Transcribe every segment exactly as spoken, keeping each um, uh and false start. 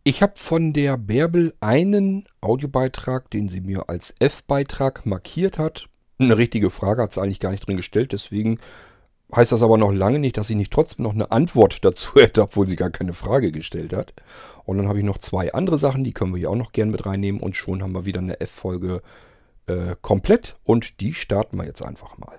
Ich habe von der Bärbel einen Audiobeitrag, den sie mir als F-Beitrag markiert hat. Eine richtige Frage hat sie eigentlich gar nicht drin gestellt, deswegen heißt das aber noch lange nicht, dass ich nicht trotzdem noch eine Antwort dazu hätte, obwohl sie gar keine Frage gestellt hat. Und dann habe ich noch zwei andere Sachen, die können wir hier auch noch gern mit reinnehmen und schon haben wir wieder eine F-Folge äh, komplett und die starten wir jetzt einfach mal.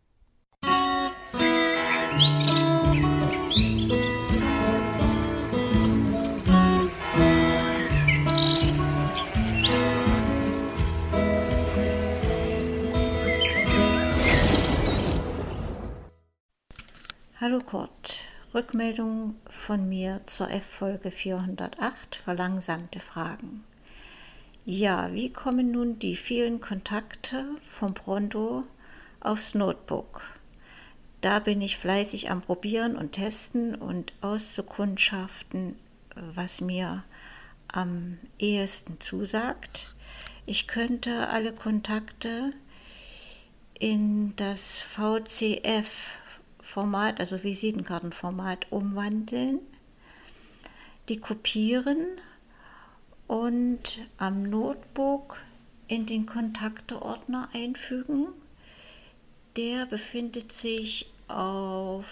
Hallo Kurt, Rückmeldung von mir zur F-Folge vierhundertacht, verlangsamte Fragen. Ja, wie kommen nun die vielen Kontakte vom Pronto aufs Notebook? Da bin ich fleißig am Probieren und Testen und auszukundschaften, was mir am ehesten zusagt. Ich könnte alle Kontakte in das V C F Format, also Visitenkartenformat, umwandeln, die kopieren und am Notebook in den Kontakteordner einfügen. Der befindet sich auf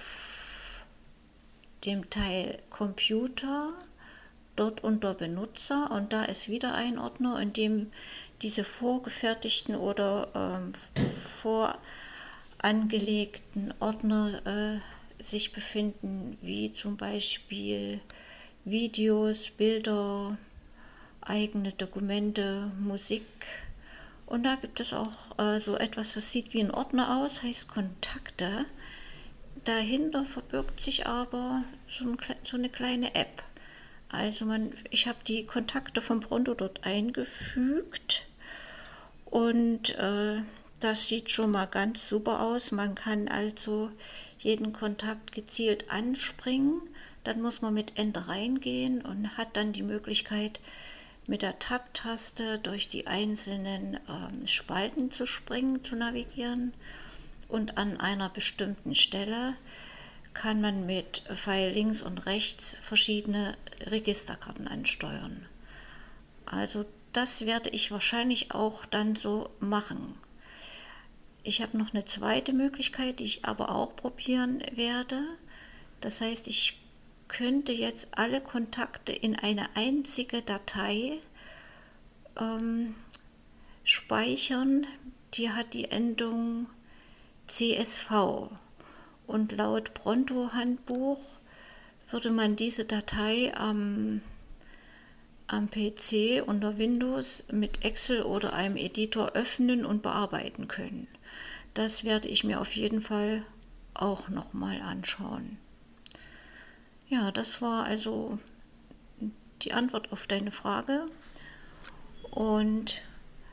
dem Teil Computer, dort unter Benutzer, und da ist wieder ein Ordner, in dem diese vorgefertigten oder ähm, vor angelegten Ordner äh, sich befinden, wie zum Beispiel Videos, Bilder, eigene Dokumente, Musik. Und da gibt es auch äh, so etwas, das sieht wie ein Ordner aus, heißt Kontakte. Dahinter verbirgt sich aber so, ein, so eine kleine App. Also man, ich habe die Kontakte vom Pronto dort eingefügt und äh, das sieht schon mal ganz super aus. Man kann also jeden Kontakt gezielt anspringen. Dann muss man mit Enter reingehen und hat dann die Möglichkeit, mit der Tab-Taste durch die einzelnen ähm, Spalten zu springen, zu navigieren. Und an einer bestimmten Stelle kann man mit Pfeil links und rechts verschiedene Registerkarten ansteuern. Also das werde ich wahrscheinlich auch dann so machen. Ich habe noch eine zweite Möglichkeit, die ich aber auch probieren werde. Das heißt, ich könnte jetzt alle Kontakte in eine einzige Datei ähm, speichern. Die hat die Endung C S V. Und laut Pronto-Handbuch würde man diese Datei am, am P C unter Windows mit Excel oder einem Editor öffnen und bearbeiten können. Das werde ich mir auf jeden Fall auch nochmal anschauen. Ja, das war also die Antwort auf deine Frage. Und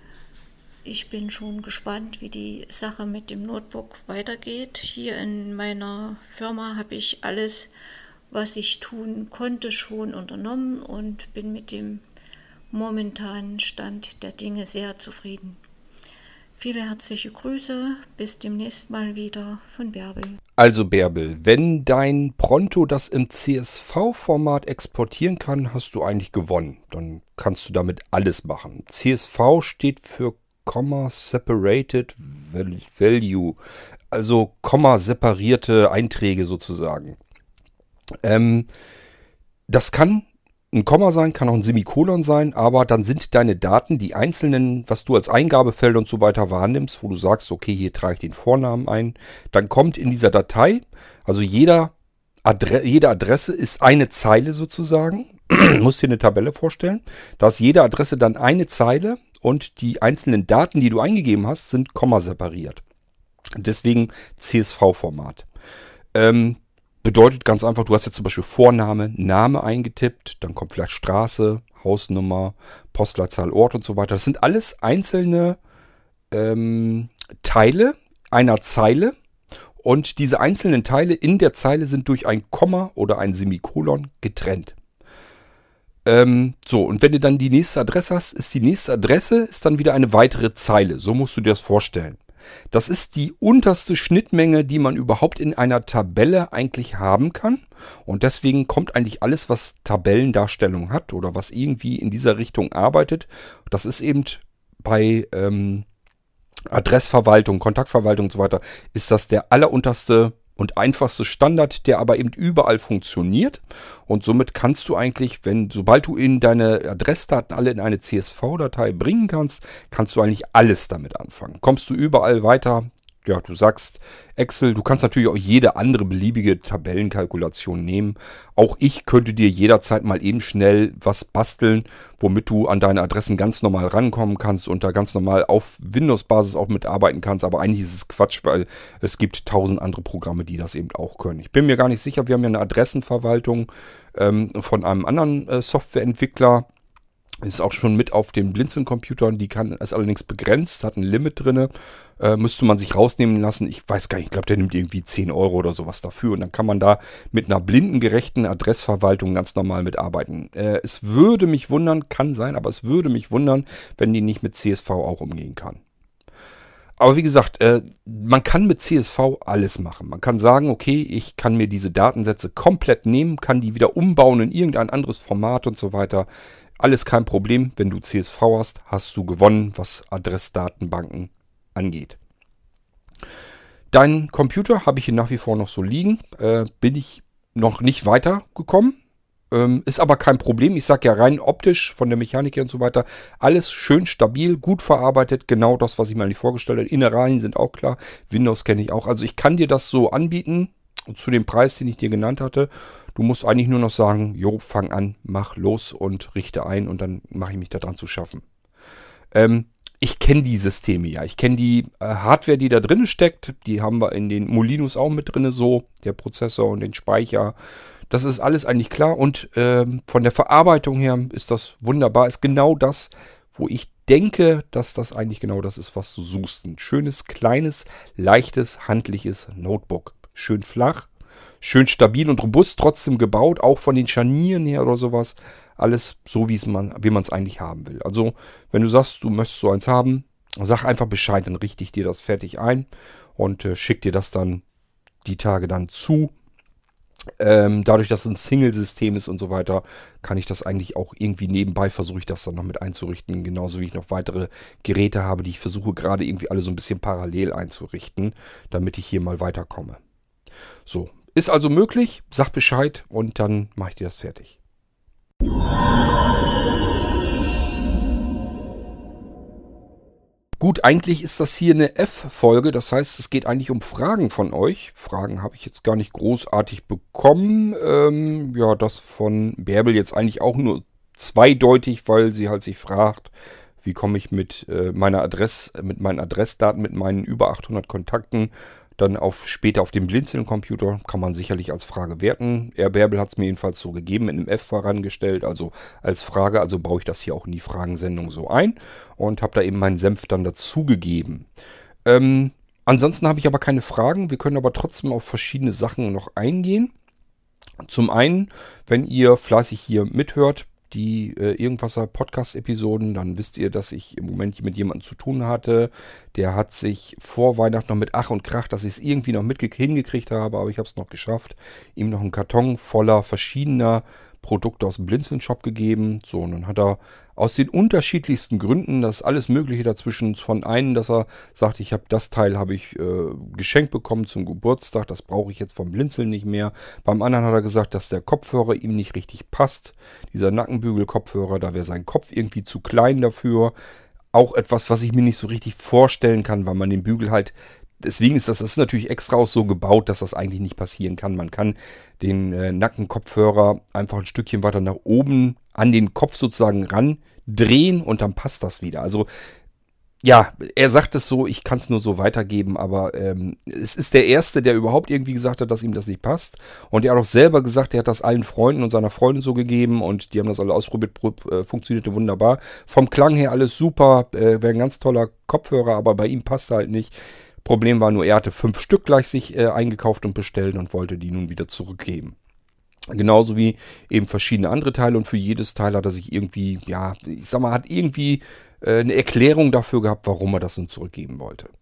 ich bin schon gespannt, wie die Sache mit dem Notebook weitergeht. Hier in meiner Firma habe ich alles, was ich tun konnte, schon unternommen und bin mit dem momentanen Stand der Dinge sehr zufrieden. Viele herzliche Grüße, bis demnächst mal wieder von Bärbel. Also Bärbel, wenn dein Pronto das im C S V-Format exportieren kann, hast du eigentlich gewonnen. Dann kannst du damit alles machen. C S V steht für Comma Separated Value, also Komma separierte Einträge sozusagen. Ähm, das kann ein Komma sein, kann auch ein Semikolon sein, aber dann sind deine Daten, die einzelnen, was du als Eingabefelder und so weiter wahrnimmst, wo du sagst, okay, hier trage ich den Vornamen ein, dann kommt in dieser Datei, also jeder Adre- jede Adresse ist eine Zeile sozusagen, musst dir eine Tabelle vorstellen, da ist jede Adresse dann eine Zeile und die einzelnen Daten, die du eingegeben hast, sind Komma separiert. Deswegen C S V-Format. Ähm, Bedeutet ganz einfach, du hast jetzt zum Beispiel Vorname, Name eingetippt, dann kommt vielleicht Straße, Hausnummer, Postleitzahl, Ort und so weiter. Das sind alles einzelne ähm, Teile einer Zeile und diese einzelnen Teile in der Zeile sind durch ein Komma oder ein Semikolon getrennt. Ähm, so, und wenn du dann die nächste Adresse hast, ist die nächste Adresse ist dann wieder eine weitere Zeile. So musst du dir das vorstellen. Das ist die unterste Schnittmenge, die man überhaupt in einer Tabelle eigentlich haben kann. Und deswegen kommt eigentlich alles, was Tabellendarstellung hat oder was irgendwie in dieser Richtung arbeitet, das ist eben bei ähm, Adressverwaltung, Kontaktverwaltung und so weiter, ist das der allerunterste und einfachste Standard, der aber eben überall funktioniert. Und somit kannst du eigentlich, wenn, sobald du in deine Adressdaten alle in eine C S V-Datei bringen kannst, kannst du eigentlich alles damit anfangen. Kommst du überall weiter? Ja, du sagst Excel, du kannst natürlich auch jede andere beliebige Tabellenkalkulation nehmen. Auch ich könnte dir jederzeit mal eben schnell was basteln, womit du an deine Adressen ganz normal rankommen kannst und da ganz normal auf Windows-Basis auch mitarbeiten kannst. Aber eigentlich ist es Quatsch, weil es gibt tausend andere Programme, die das eben auch können. Ich bin mir gar nicht sicher, wir haben ja eine Adressenverwaltung ähm, von einem anderen äh, Softwareentwickler. Ist auch schon mit auf den Blinzeln-Computern, die kann, ist allerdings begrenzt, hat ein Limit drin. Äh, müsste man sich rausnehmen lassen. Ich weiß gar nicht, ich glaube, der nimmt irgendwie zehn Euro oder sowas dafür. Und dann kann man da mit einer blindengerechten Adressverwaltung ganz normal mitarbeiten. Äh, es würde mich wundern, kann sein, aber es würde mich wundern, wenn die nicht mit C S V auch umgehen kann. Aber wie gesagt, äh, man kann mit C S V alles machen. Man kann sagen, okay, ich kann mir diese Datensätze komplett nehmen, kann die wieder umbauen in irgendein anderes Format und so weiter. Alles kein Problem. Wenn du C S V hast, hast du gewonnen, was Adressdatenbanken angeht. Deinen Computer habe ich hier nach wie vor noch so liegen. Äh, bin ich noch nicht weitergekommen. Ähm, ist aber kein Problem. Ich sage ja rein optisch von der Mechanik her und so weiter. Alles schön stabil, gut verarbeitet. Genau das, was ich mir eigentlich vorgestellt habe. Innereien sind auch klar. Windows kenne ich auch. Also ich kann dir das so anbieten. Zu dem Preis, den ich dir genannt hatte. Du musst eigentlich nur noch sagen, jo, fang an, mach los und richte ein und dann mache ich mich daran zu schaffen. Ähm, ich kenne die Systeme ja. Ich kenne die äh, Hardware, die da drin steckt. Die haben wir in den Molinos auch mit drin, so der Prozessor und den Speicher. Das ist alles eigentlich klar und ähm, von der Verarbeitung her ist das wunderbar. Ist genau das, wo ich denke, dass das eigentlich genau das ist, was du suchst. Ein schönes, kleines, leichtes, handliches Notebook. Schön flach, schön stabil und robust trotzdem gebaut, auch von den Scharnieren her oder sowas. Alles so, wie man wie man es eigentlich haben will. Also, wenn du sagst, du möchtest so eins haben, sag einfach Bescheid, dann richte ich dir das fertig ein und äh, schick dir das dann die Tage dann zu. Ähm, dadurch, dass es ein Single-System ist und so weiter, kann ich das eigentlich auch irgendwie nebenbei, versuche ich das dann noch mit einzurichten. Genauso wie ich noch weitere Geräte habe, die ich versuche gerade irgendwie alle so ein bisschen parallel einzurichten, damit ich hier mal weiterkomme. So, ist also möglich, sag Bescheid und dann mache ich dir das fertig. Gut, eigentlich ist das hier eine F-Folge, das heißt, es geht eigentlich um Fragen von euch. Fragen habe ich jetzt gar nicht großartig bekommen. Ähm, ja, das von Bärbel jetzt eigentlich auch nur zweideutig, weil sie halt sich fragt, wie komme ich mit äh, meiner Adresse, mit meinen Adressdaten, mit meinen über achthundert Kontakten dann auf später auf dem Blinzeln-Computer, kann man sicherlich als Frage werten. Er Bärbel hat es mir jedenfalls so gegeben, mit einem F vorangestellt, also als Frage. Also baue ich das hier auch in die Fragensendung so ein und habe da eben meinen Senf dann dazugegeben. Ähm, ansonsten habe ich aber keine Fragen. Wir können aber trotzdem auf verschiedene Sachen noch eingehen. Zum einen, wenn ihr fleißig hier mithört, die äh, Irgendwasser Podcast-Episoden, dann wisst ihr, dass ich im Moment mit jemandem zu tun hatte. Der hat sich vor Weihnachten noch mit Ach und Krach, dass ich es irgendwie noch mitge- hingekriegt habe, aber ich habe es noch geschafft, ihm noch einen Karton voller verschiedener Produkte aus dem Blinzeln-Shop gegeben. So, und dann hat er aus den unterschiedlichsten Gründen, das alles Mögliche dazwischen, von einem, dass er sagt, ich habe das Teil habe ich äh, geschenkt bekommen zum Geburtstag, das brauche ich jetzt vom Blinzeln nicht mehr. Beim anderen hat er gesagt, dass der Kopfhörer ihm nicht richtig passt. Dieser Nackenbügel-Kopfhörer, da wäre sein Kopf irgendwie zu klein dafür. Auch etwas, was ich mir nicht so richtig vorstellen kann, weil man den Bügel halt... Deswegen ist das, das ist natürlich extra auch so gebaut, dass das eigentlich nicht passieren kann. Man kann den äh, Nackenkopfhörer einfach ein Stückchen weiter nach oben an den Kopf sozusagen ran drehen und dann passt das wieder. Also ja, er sagt es so, ich kann es nur so weitergeben, aber ähm, es ist der Erste, der überhaupt irgendwie gesagt hat, dass ihm das nicht passt. Und er hat auch selber gesagt, er hat das allen Freunden und seiner Freundin so gegeben und die haben das alle ausprobiert, äh, funktionierte wunderbar. Vom Klang her alles super, äh, wäre ein ganz toller Kopfhörer, aber bei ihm passt halt nicht. Problem war nur, er hatte fünf Stück gleich sich äh, eingekauft und bestellt und wollte die nun wieder zurückgeben. Genauso wie eben verschiedene andere Teile und für jedes Teil hat er sich irgendwie, ja, ich sag mal, hat irgendwie äh, eine Erklärung dafür gehabt, warum er das nun zurückgeben wollte.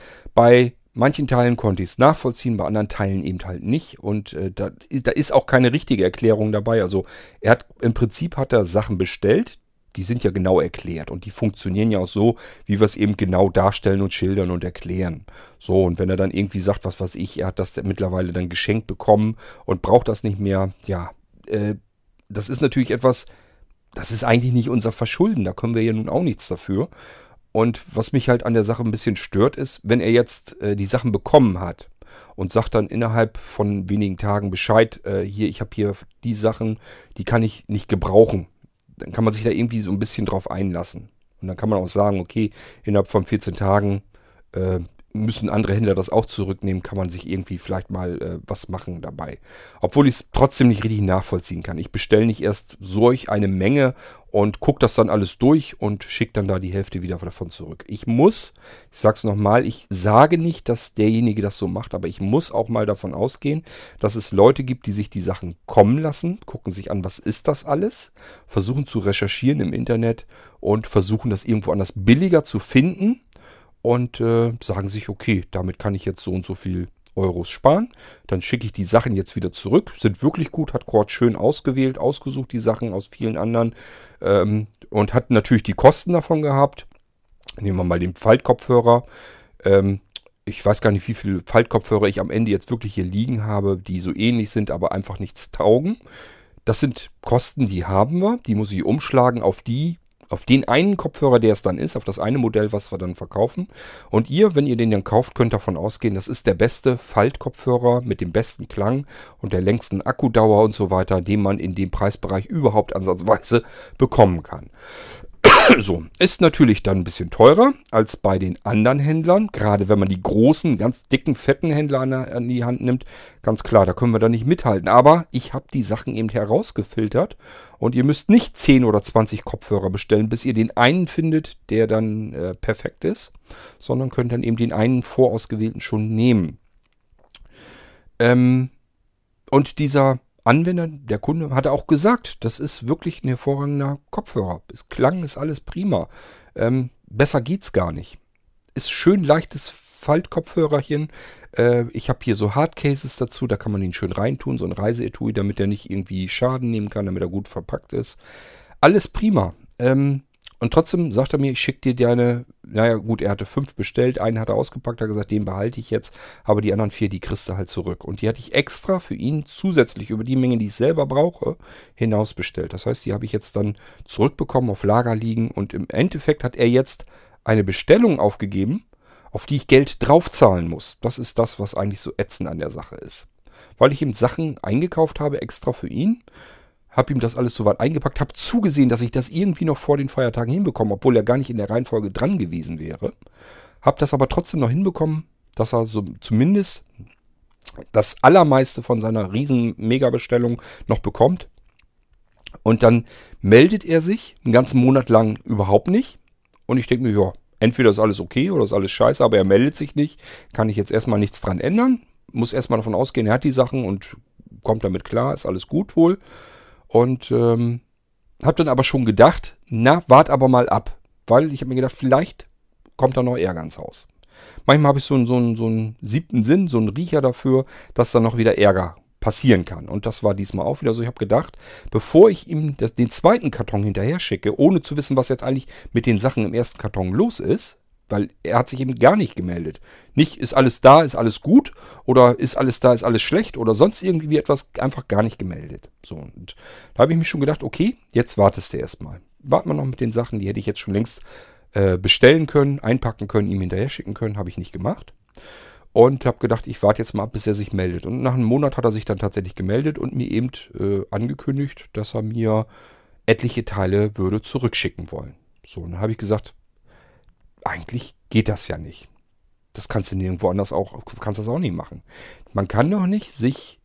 Bei manchen Teilen konnte ich es nachvollziehen, bei anderen Teilen eben halt nicht. Und äh, da, da ist auch keine richtige Erklärung dabei. Also er hat im Prinzip hat er Sachen bestellt, die sind ja genau erklärt. Und die funktionieren ja auch so, wie wir es eben genau darstellen und schildern und erklären. So, und wenn er dann irgendwie sagt, was weiß ich, er hat das mittlerweile dann geschenkt bekommen und braucht das nicht mehr, ja, äh, das ist natürlich etwas, das ist eigentlich nicht unser Verschulden. Da können wir ja nun auch nichts dafür. Und was mich halt an der Sache ein bisschen stört, ist, wenn er jetzt äh, die Sachen bekommen hat und sagt dann innerhalb von wenigen Tagen Bescheid, äh, hier, ich habe hier die Sachen, die kann ich nicht gebrauchen. Dann kann man sich da irgendwie so ein bisschen drauf einlassen. Und dann kann man auch sagen, okay, innerhalb von vierzehn Tagen äh, müssen andere Händler das auch zurücknehmen, kann man sich irgendwie vielleicht mal äh, was machen dabei. Obwohl ich es trotzdem nicht richtig nachvollziehen kann. Ich bestelle nicht erst solch eine Menge und gucke das dann alles durch und schicke dann da die Hälfte wieder davon zurück. Ich muss, ich sage es nochmal, ich sage nicht, dass derjenige das so macht, aber ich muss auch mal davon ausgehen, dass es Leute gibt, die sich die Sachen kommen lassen, gucken sich an, was ist das alles, versuchen zu recherchieren im Internet und versuchen das irgendwo anders billiger zu finden. Und äh, sagen sich, okay, damit kann ich jetzt so und so viel Euros sparen. Dann schicke ich die Sachen jetzt wieder zurück. Sind wirklich gut, hat Kurt schön ausgewählt, ausgesucht die Sachen aus vielen anderen. Ähm, und hat natürlich die Kosten davon gehabt. Nehmen wir mal den Faltkopfhörer. Ähm, ich weiß gar nicht, wie viele Faltkopfhörer ich am Ende jetzt wirklich hier liegen habe, die so ähnlich sind, aber einfach nichts taugen. Das sind Kosten, die haben wir. Die muss ich umschlagen auf die Auf den einen Kopfhörer, der es dann ist, auf das eine Modell, was wir dann verkaufen. Und ihr, wenn ihr den dann kauft, könnt davon ausgehen, das ist der beste Faltkopfhörer mit dem besten Klang und der längsten Akkudauer und so weiter, den man in dem Preisbereich überhaupt ansatzweise bekommen kann. So, ist natürlich dann ein bisschen teurer als bei den anderen Händlern. Gerade wenn man die großen, ganz dicken, fetten Händler an, an die Hand nimmt. Ganz klar, da können wir da nicht mithalten. Aber ich habe die Sachen eben herausgefiltert. Und ihr müsst nicht zehn oder zwanzig Kopfhörer bestellen, bis ihr den einen findet, der dann äh, perfekt ist. Sondern könnt dann eben den einen vorausgewählten schon nehmen. Ähm, und dieser Anwender, der Kunde, hat auch gesagt, das ist wirklich ein hervorragender Kopfhörer. Das Klang ist alles prima. Ähm, besser geht's gar nicht. Ist schön leichtes Faltkopfhörerchen. Äh, ich habe hier so Hardcases dazu, da kann man ihn schön reintun, so ein Reiseetui, damit er nicht irgendwie Schaden nehmen kann, damit er gut verpackt ist. Alles prima. Ähm, Und trotzdem sagt er mir, ich schicke dir deine, naja gut, er hatte fünf bestellt, einen hat er ausgepackt, hat gesagt, den behalte ich jetzt, aber die anderen vier, die kriegst du halt zurück. Und die hatte ich extra für ihn zusätzlich über die Menge, die ich selber brauche, hinaus bestellt. Das heißt, die habe ich jetzt dann zurückbekommen, auf Lager liegen und im Endeffekt hat er jetzt eine Bestellung aufgegeben, auf die ich Geld draufzahlen muss. Das ist das, was eigentlich so ätzend an der Sache ist. Weil ich ihm Sachen eingekauft habe, extra für ihn, habe ihm das alles soweit eingepackt, habe zugesehen, dass ich das irgendwie noch vor den Feiertagen hinbekomme, obwohl er gar nicht in der Reihenfolge dran gewesen wäre. Habe das aber trotzdem noch hinbekommen, dass er so zumindest das Allermeiste von seiner riesen Mega-Bestellung noch bekommt. Und dann meldet er sich einen ganzen Monat lang überhaupt nicht. Und ich denke mir, ja, entweder ist alles okay oder ist alles scheiße, aber er meldet sich nicht. Kann ich jetzt erstmal nichts dran ändern. Muss erstmal davon ausgehen, er hat die Sachen und kommt damit klar, ist alles gut wohl. Und ähm, habe dann aber schon gedacht, na, wart aber mal ab. Weil ich habe mir gedacht, vielleicht kommt da noch Ärger ins Haus. Manchmal habe ich so, einen- so, einen- so einen siebten Sinn, so einen Riecher dafür, dass da noch wieder Ärger passieren kann. Und das war diesmal auch wieder so. Ich habe gedacht, bevor ich ihm das, den zweiten Karton hinterher schicke, ohne zu wissen, was jetzt eigentlich mit den Sachen im ersten Karton los ist, weil er hat sich eben gar nicht gemeldet. Nicht, ist alles da, ist alles gut oder ist alles da, ist alles schlecht oder sonst irgendwie etwas, einfach gar nicht gemeldet. So, und da habe ich mich schon gedacht, okay, jetzt wartest du erstmal. Warten wir noch mit den Sachen, die hätte ich jetzt schon längst äh, bestellen können, einpacken können, ihm hinterher schicken können, habe ich nicht gemacht. Und habe gedacht, ich warte jetzt mal ab, bis er sich meldet. Und nach einem Monat hat er sich dann tatsächlich gemeldet und mir eben äh, angekündigt, dass er mir etliche Teile würde zurückschicken wollen. So, und dann habe ich gesagt, eigentlich geht das ja nicht. Das kannst du nirgendwo anders auch, kannst das auch nicht machen. Man kann doch nicht sich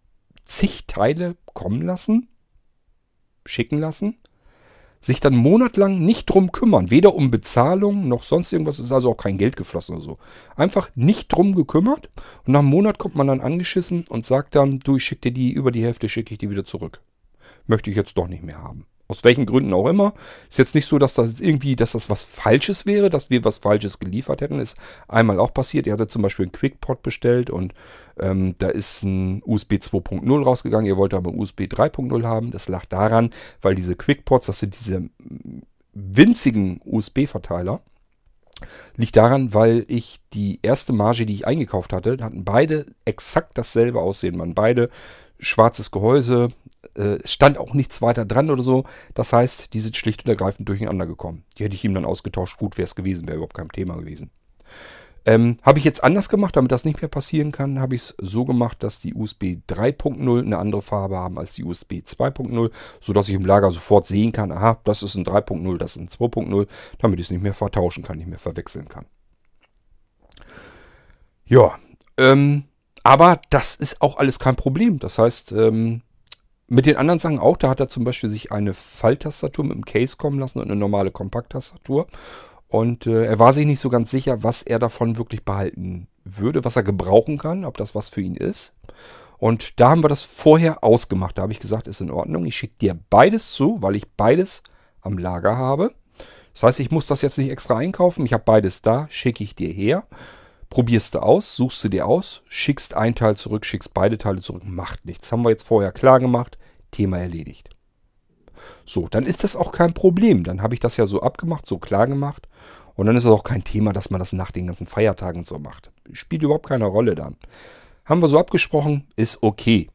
zig Teile kommen lassen, schicken lassen, sich dann monatelang nicht drum kümmern. Weder um Bezahlung noch sonst irgendwas, ist also auch kein Geld geflossen oder so. Einfach nicht drum gekümmert und nach einem Monat kommt man dann angeschissen und sagt dann, du, ich schicke dir die, über die Hälfte schicke ich die wieder zurück. Möchte ich jetzt doch nicht mehr haben. Aus welchen Gründen auch immer. Ist jetzt nicht so, dass das jetzt irgendwie, dass das was Falsches wäre, dass wir was Falsches geliefert hätten. Ist einmal auch passiert. Er hatte zum Beispiel einen QuickPod bestellt und ähm, da ist ein U S B zwei Punkt null rausgegangen. Ihr wollt aber U S B drei Punkt null haben. Das lag daran, weil diese QuickPods, das sind diese winzigen U S B-Verteiler. Liegt daran, weil ich die erste Marge, die ich eingekauft hatte, hatten beide exakt dasselbe Aussehen. Man beide schwarzes Gehäuse, äh, stand auch nichts weiter dran oder so. Das heißt, die sind schlicht und ergreifend durcheinander gekommen. Die hätte ich ihm dann ausgetauscht. Gut wäre es gewesen, wäre überhaupt kein Thema gewesen. Ähm, habe ich jetzt anders gemacht, damit das nicht mehr passieren kann, habe ich es so gemacht, dass die U S B drei Punkt null eine andere Farbe haben als die U S B zwei Punkt null, sodass ich im Lager sofort sehen kann, aha, das ist ein drei Punkt null, das ist ein zwei Punkt null, damit ich es nicht mehr vertauschen kann, nicht mehr verwechseln kann. Ja, ähm, aber das ist auch alles kein Problem. Das heißt, ähm, mit den anderen Sachen auch, da hat er zum Beispiel sich eine Falttastatur mit dem Case kommen lassen und eine normale Kompakttastatur. Und äh, er war sich nicht so ganz sicher, was er davon wirklich behalten würde, was er gebrauchen kann, ob das was für ihn ist. Und da haben wir das vorher ausgemacht. Da habe ich gesagt, ist in Ordnung. Ich schicke dir beides zu, weil ich beides am Lager habe. Das heißt, ich muss das jetzt nicht extra einkaufen. Ich habe beides da, schicke ich dir her. Probierst du aus, suchst du dir aus, schickst ein Teil zurück, schickst beide Teile zurück. Macht nichts. Haben wir jetzt vorher klar gemacht. Thema erledigt. So, dann ist das auch kein Problem. Dann habe ich das ja so abgemacht, so klar gemacht. Und dann ist es auch kein Thema, dass man das nach den ganzen Feiertagen so macht. Spielt überhaupt keine Rolle dann. Haben wir so abgesprochen, ist okay.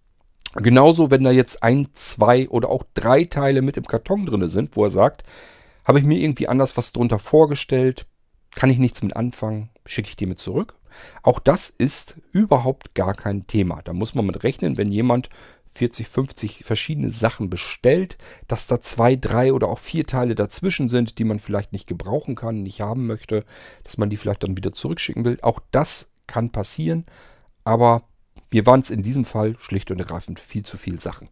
Genauso, wenn da jetzt ein, zwei oder auch drei Teile mit im Karton drin sind, wo er sagt, habe ich mir irgendwie anders was drunter vorgestellt, kann ich nichts mit anfangen, schicke ich die mit zurück. Auch das ist überhaupt gar kein Thema. Da muss man mit rechnen, wenn jemand vierzig, fünfzig verschiedene Sachen bestellt, dass da zwei, drei oder auch vier Teile dazwischen sind, die man vielleicht nicht gebrauchen kann, nicht haben möchte, dass man die vielleicht dann wieder zurückschicken will. Auch das kann passieren, aber mir waren es in diesem Fall schlicht und ergreifend viel zu viel Sachen.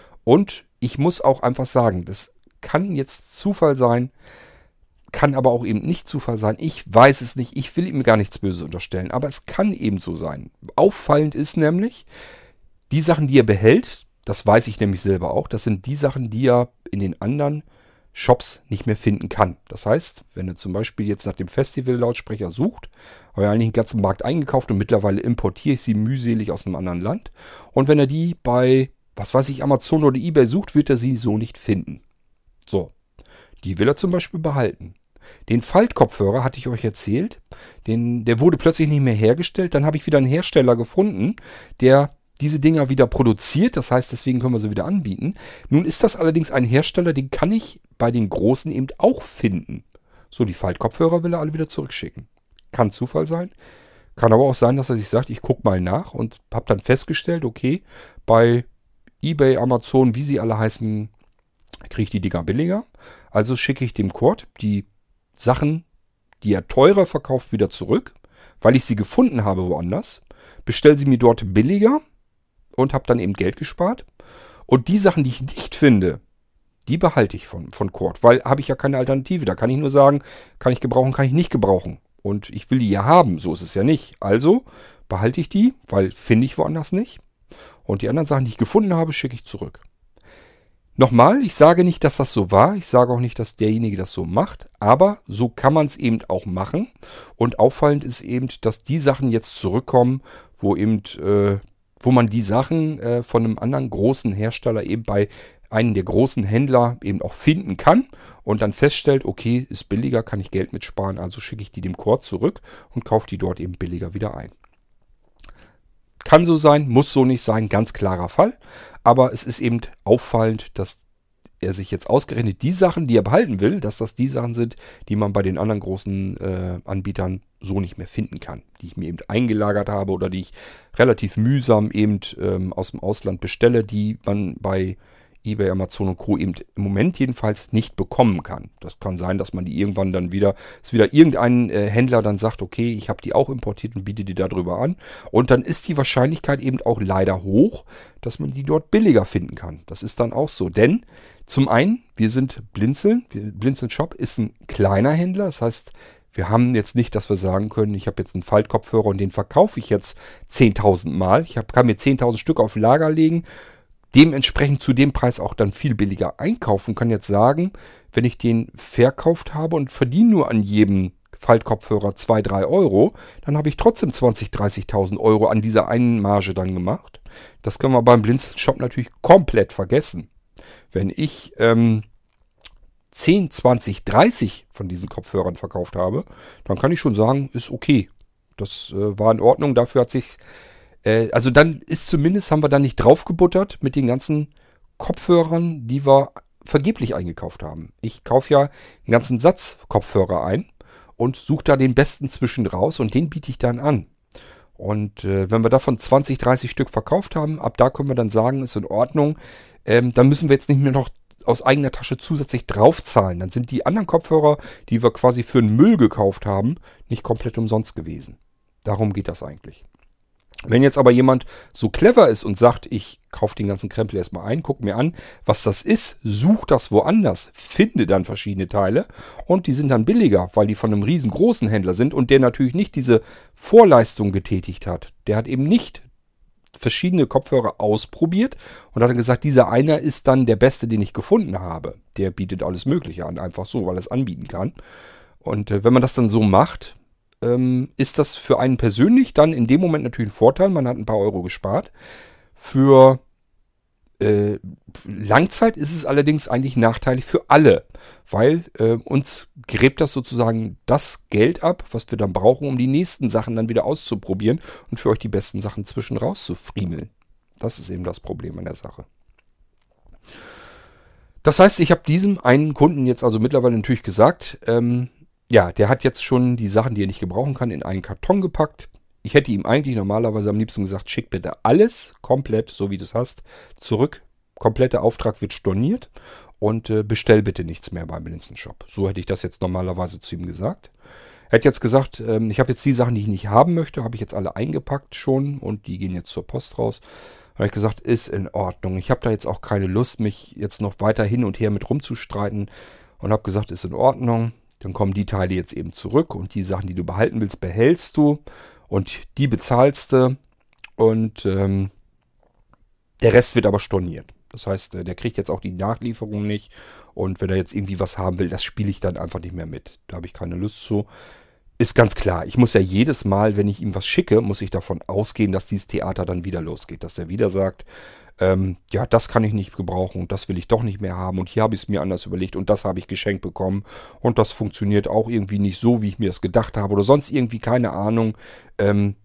Und ich muss auch einfach sagen, das kann jetzt Zufall sein, kann aber auch eben nicht Zufall sein. Ich weiß es nicht, ich will ihm gar nichts Böses unterstellen, aber es kann eben so sein. Auffallend ist nämlich, die Sachen, die er behält, das weiß ich nämlich selber auch, das sind die Sachen, die er in den anderen Shops nicht mehr finden kann. Das heißt, wenn er zum Beispiel jetzt nach dem Festival-Lautsprecher sucht, habe ich eigentlich den ganzen Markt eingekauft und mittlerweile importiere ich sie mühselig aus einem anderen Land. Und wenn er die bei, was weiß ich, Amazon oder eBay sucht, wird er sie so nicht finden. So, die will er zum Beispiel behalten. Den Faltkopfhörer hatte ich euch erzählt, den, der wurde plötzlich nicht mehr hergestellt. Dann habe ich wieder einen Hersteller gefunden, der diese Dinger wieder produziert. Das heißt, deswegen können wir sie wieder anbieten. Nun ist das allerdings ein Hersteller, den kann ich bei den Großen eben auch finden. So, die Faltkopfhörer will er alle wieder zurückschicken. Kann Zufall sein. Kann aber auch sein, dass er sich sagt, ich gucke mal nach und habe dann festgestellt, okay, bei eBay, Amazon, wie sie alle heißen, kriege ich die Dinger billiger. Also schicke ich dem Kurt die Sachen, die er teurer verkauft, wieder zurück, weil ich sie gefunden habe woanders. Bestelle sie mir dort billiger und habe dann eben Geld gespart. Und die Sachen, die ich nicht finde, die behalte ich von, von Kurt, weil habe ich ja keine Alternative. Da kann ich nur sagen, kann ich gebrauchen, kann ich nicht gebrauchen. Und ich will die ja haben, so ist es ja nicht. Also behalte ich die, weil finde ich woanders nicht. Und die anderen Sachen, die ich gefunden habe, schicke ich zurück. Nochmal, ich sage nicht, dass das so war. Ich sage auch nicht, dass derjenige das so macht. Aber so kann man es eben auch machen. Und auffallend ist eben, dass die Sachen jetzt zurückkommen, wo eben, äh, wo man die Sachen äh, von einem anderen großen Hersteller eben bei einem der großen Händler eben auch finden kann und dann feststellt, okay, ist billiger, kann ich Geld mitsparen, also schicke ich die dem Kurt zurück und kaufe die dort eben billiger wieder ein. Kann so sein, muss so nicht sein, ganz klarer Fall. Aber es ist eben auffallend, dass er sich jetzt ausgerechnet die Sachen, die er behalten will, dass das die Sachen sind, die man bei den anderen großen äh, Anbietern so nicht mehr finden kann. Die ich mir eben eingelagert habe oder die ich relativ mühsam eben ähm, aus dem Ausland bestelle, die man bei eBay, Amazon und Co. eben im Moment jedenfalls nicht bekommen kann. Das kann sein, dass man die irgendwann dann wieder, dass wieder irgendein äh, Händler dann sagt, okay, ich habe die auch importiert und biete die darüber an. Und dann ist die Wahrscheinlichkeit eben auch leider hoch, dass man die dort billiger finden kann. Das ist dann auch so. Denn zum einen, wir sind Blinzeln. Blinzeln Shop ist ein kleiner Händler. Das heißt, wir haben jetzt nicht, dass wir sagen können, ich habe jetzt einen Faltkopfhörer und den verkaufe ich jetzt zehntausend Mal. Ich hab, kann mir zehntausend Stück auf Lager legen. dementsprechend zu dem Preis auch dann viel billiger einkaufen und kann jetzt sagen, wenn ich den verkauft habe und verdiene nur an jedem Faltkopfhörer zwei, drei Euro, dann habe ich trotzdem zwanzigtausend, dreißigtausend Euro an dieser einen Marge dann gemacht. Das können wir beim Blinzeln-Shop natürlich komplett vergessen. Wenn ich ähm, zehn, zwanzig, dreißig von diesen Kopfhörern verkauft habe, dann kann ich schon sagen, ist okay. Das äh, war in Ordnung, dafür hat sich äh, also dann ist zumindest, haben wir dann nicht draufgebuttert mit den ganzen Kopfhörern, die wir vergeblich eingekauft haben. Ich kaufe ja einen ganzen Satz Kopfhörer ein und suche da den besten zwischen raus und den biete ich dann an. Und äh, wenn wir davon zwanzig, dreißig Stück verkauft haben, ab da können wir dann sagen, ist in Ordnung. Ähm, dann müssen wir jetzt nicht mehr noch aus eigener Tasche zusätzlich draufzahlen. Dann sind die anderen Kopfhörer, die wir quasi für den Müll gekauft haben, nicht komplett umsonst gewesen. Darum geht das eigentlich. Wenn jetzt aber jemand so clever ist und sagt, ich kaufe den ganzen Krempel erstmal ein, gucke mir an, was das ist, suche das woanders, finde dann verschiedene Teile und die sind dann billiger, weil die von einem riesengroßen Händler sind und der natürlich nicht diese Vorleistung getätigt hat. Der hat eben nicht verschiedene Kopfhörer ausprobiert und hat dann gesagt, dieser einer ist dann der beste, den ich gefunden habe. Der bietet alles Mögliche an, einfach so, weil er es anbieten kann. Und äh, wenn man das dann so macht, ähm, ist das für einen persönlich dann in dem Moment natürlich ein Vorteil. Man hat ein paar Euro gespart. Für äh, Langzeit ist es allerdings eigentlich nachteilig für alle, weil äh, uns gräbt das sozusagen das Geld ab, was wir dann brauchen, um die nächsten Sachen dann wieder auszuprobieren und für euch die besten Sachen zwischen raus zu friemeln. Das ist eben das Problem an der Sache. Das heißt, ich habe diesem einen Kunden jetzt also mittlerweile natürlich gesagt, ähm, ja, der hat jetzt schon die Sachen, die er nicht gebrauchen kann, in einen Karton gepackt. Ich hätte ihm eigentlich normalerweise am liebsten gesagt, schick bitte alles komplett, so wie du es hast, zurück. Kompletter Auftrag wird storniert und äh, bestell bitte nichts mehr beim Blinzeln-Shop. So hätte ich das jetzt normalerweise zu ihm gesagt. Er hat jetzt gesagt, ähm, ich habe jetzt die Sachen, die ich nicht haben möchte, habe ich jetzt alle eingepackt schon und die gehen jetzt zur Post raus. Da habe ich gesagt, ist in Ordnung. Ich habe da jetzt auch keine Lust, mich jetzt noch weiter hin und her mit rumzustreiten und habe gesagt, ist in Ordnung. Dann kommen die Teile jetzt eben zurück und die Sachen, die du behalten willst, behältst du und die bezahlst du und ähm, der Rest wird aber storniert. Das heißt, der kriegt jetzt auch die Nachlieferung nicht und wenn er jetzt irgendwie was haben will, das spiele ich dann einfach nicht mehr mit. Da habe ich keine Lust zu. Ist ganz klar, ich muss ja jedes Mal, wenn ich ihm was schicke, muss ich davon ausgehen, dass dieses Theater dann wieder losgeht. Dass der wieder sagt, ähm, ja, das kann ich nicht gebrauchen und das will ich doch nicht mehr haben und hier habe ich es mir anders überlegt und das habe ich geschenkt bekommen und das funktioniert auch irgendwie nicht so, wie ich mir das gedacht habe oder sonst irgendwie, keine Ahnung. Ähm,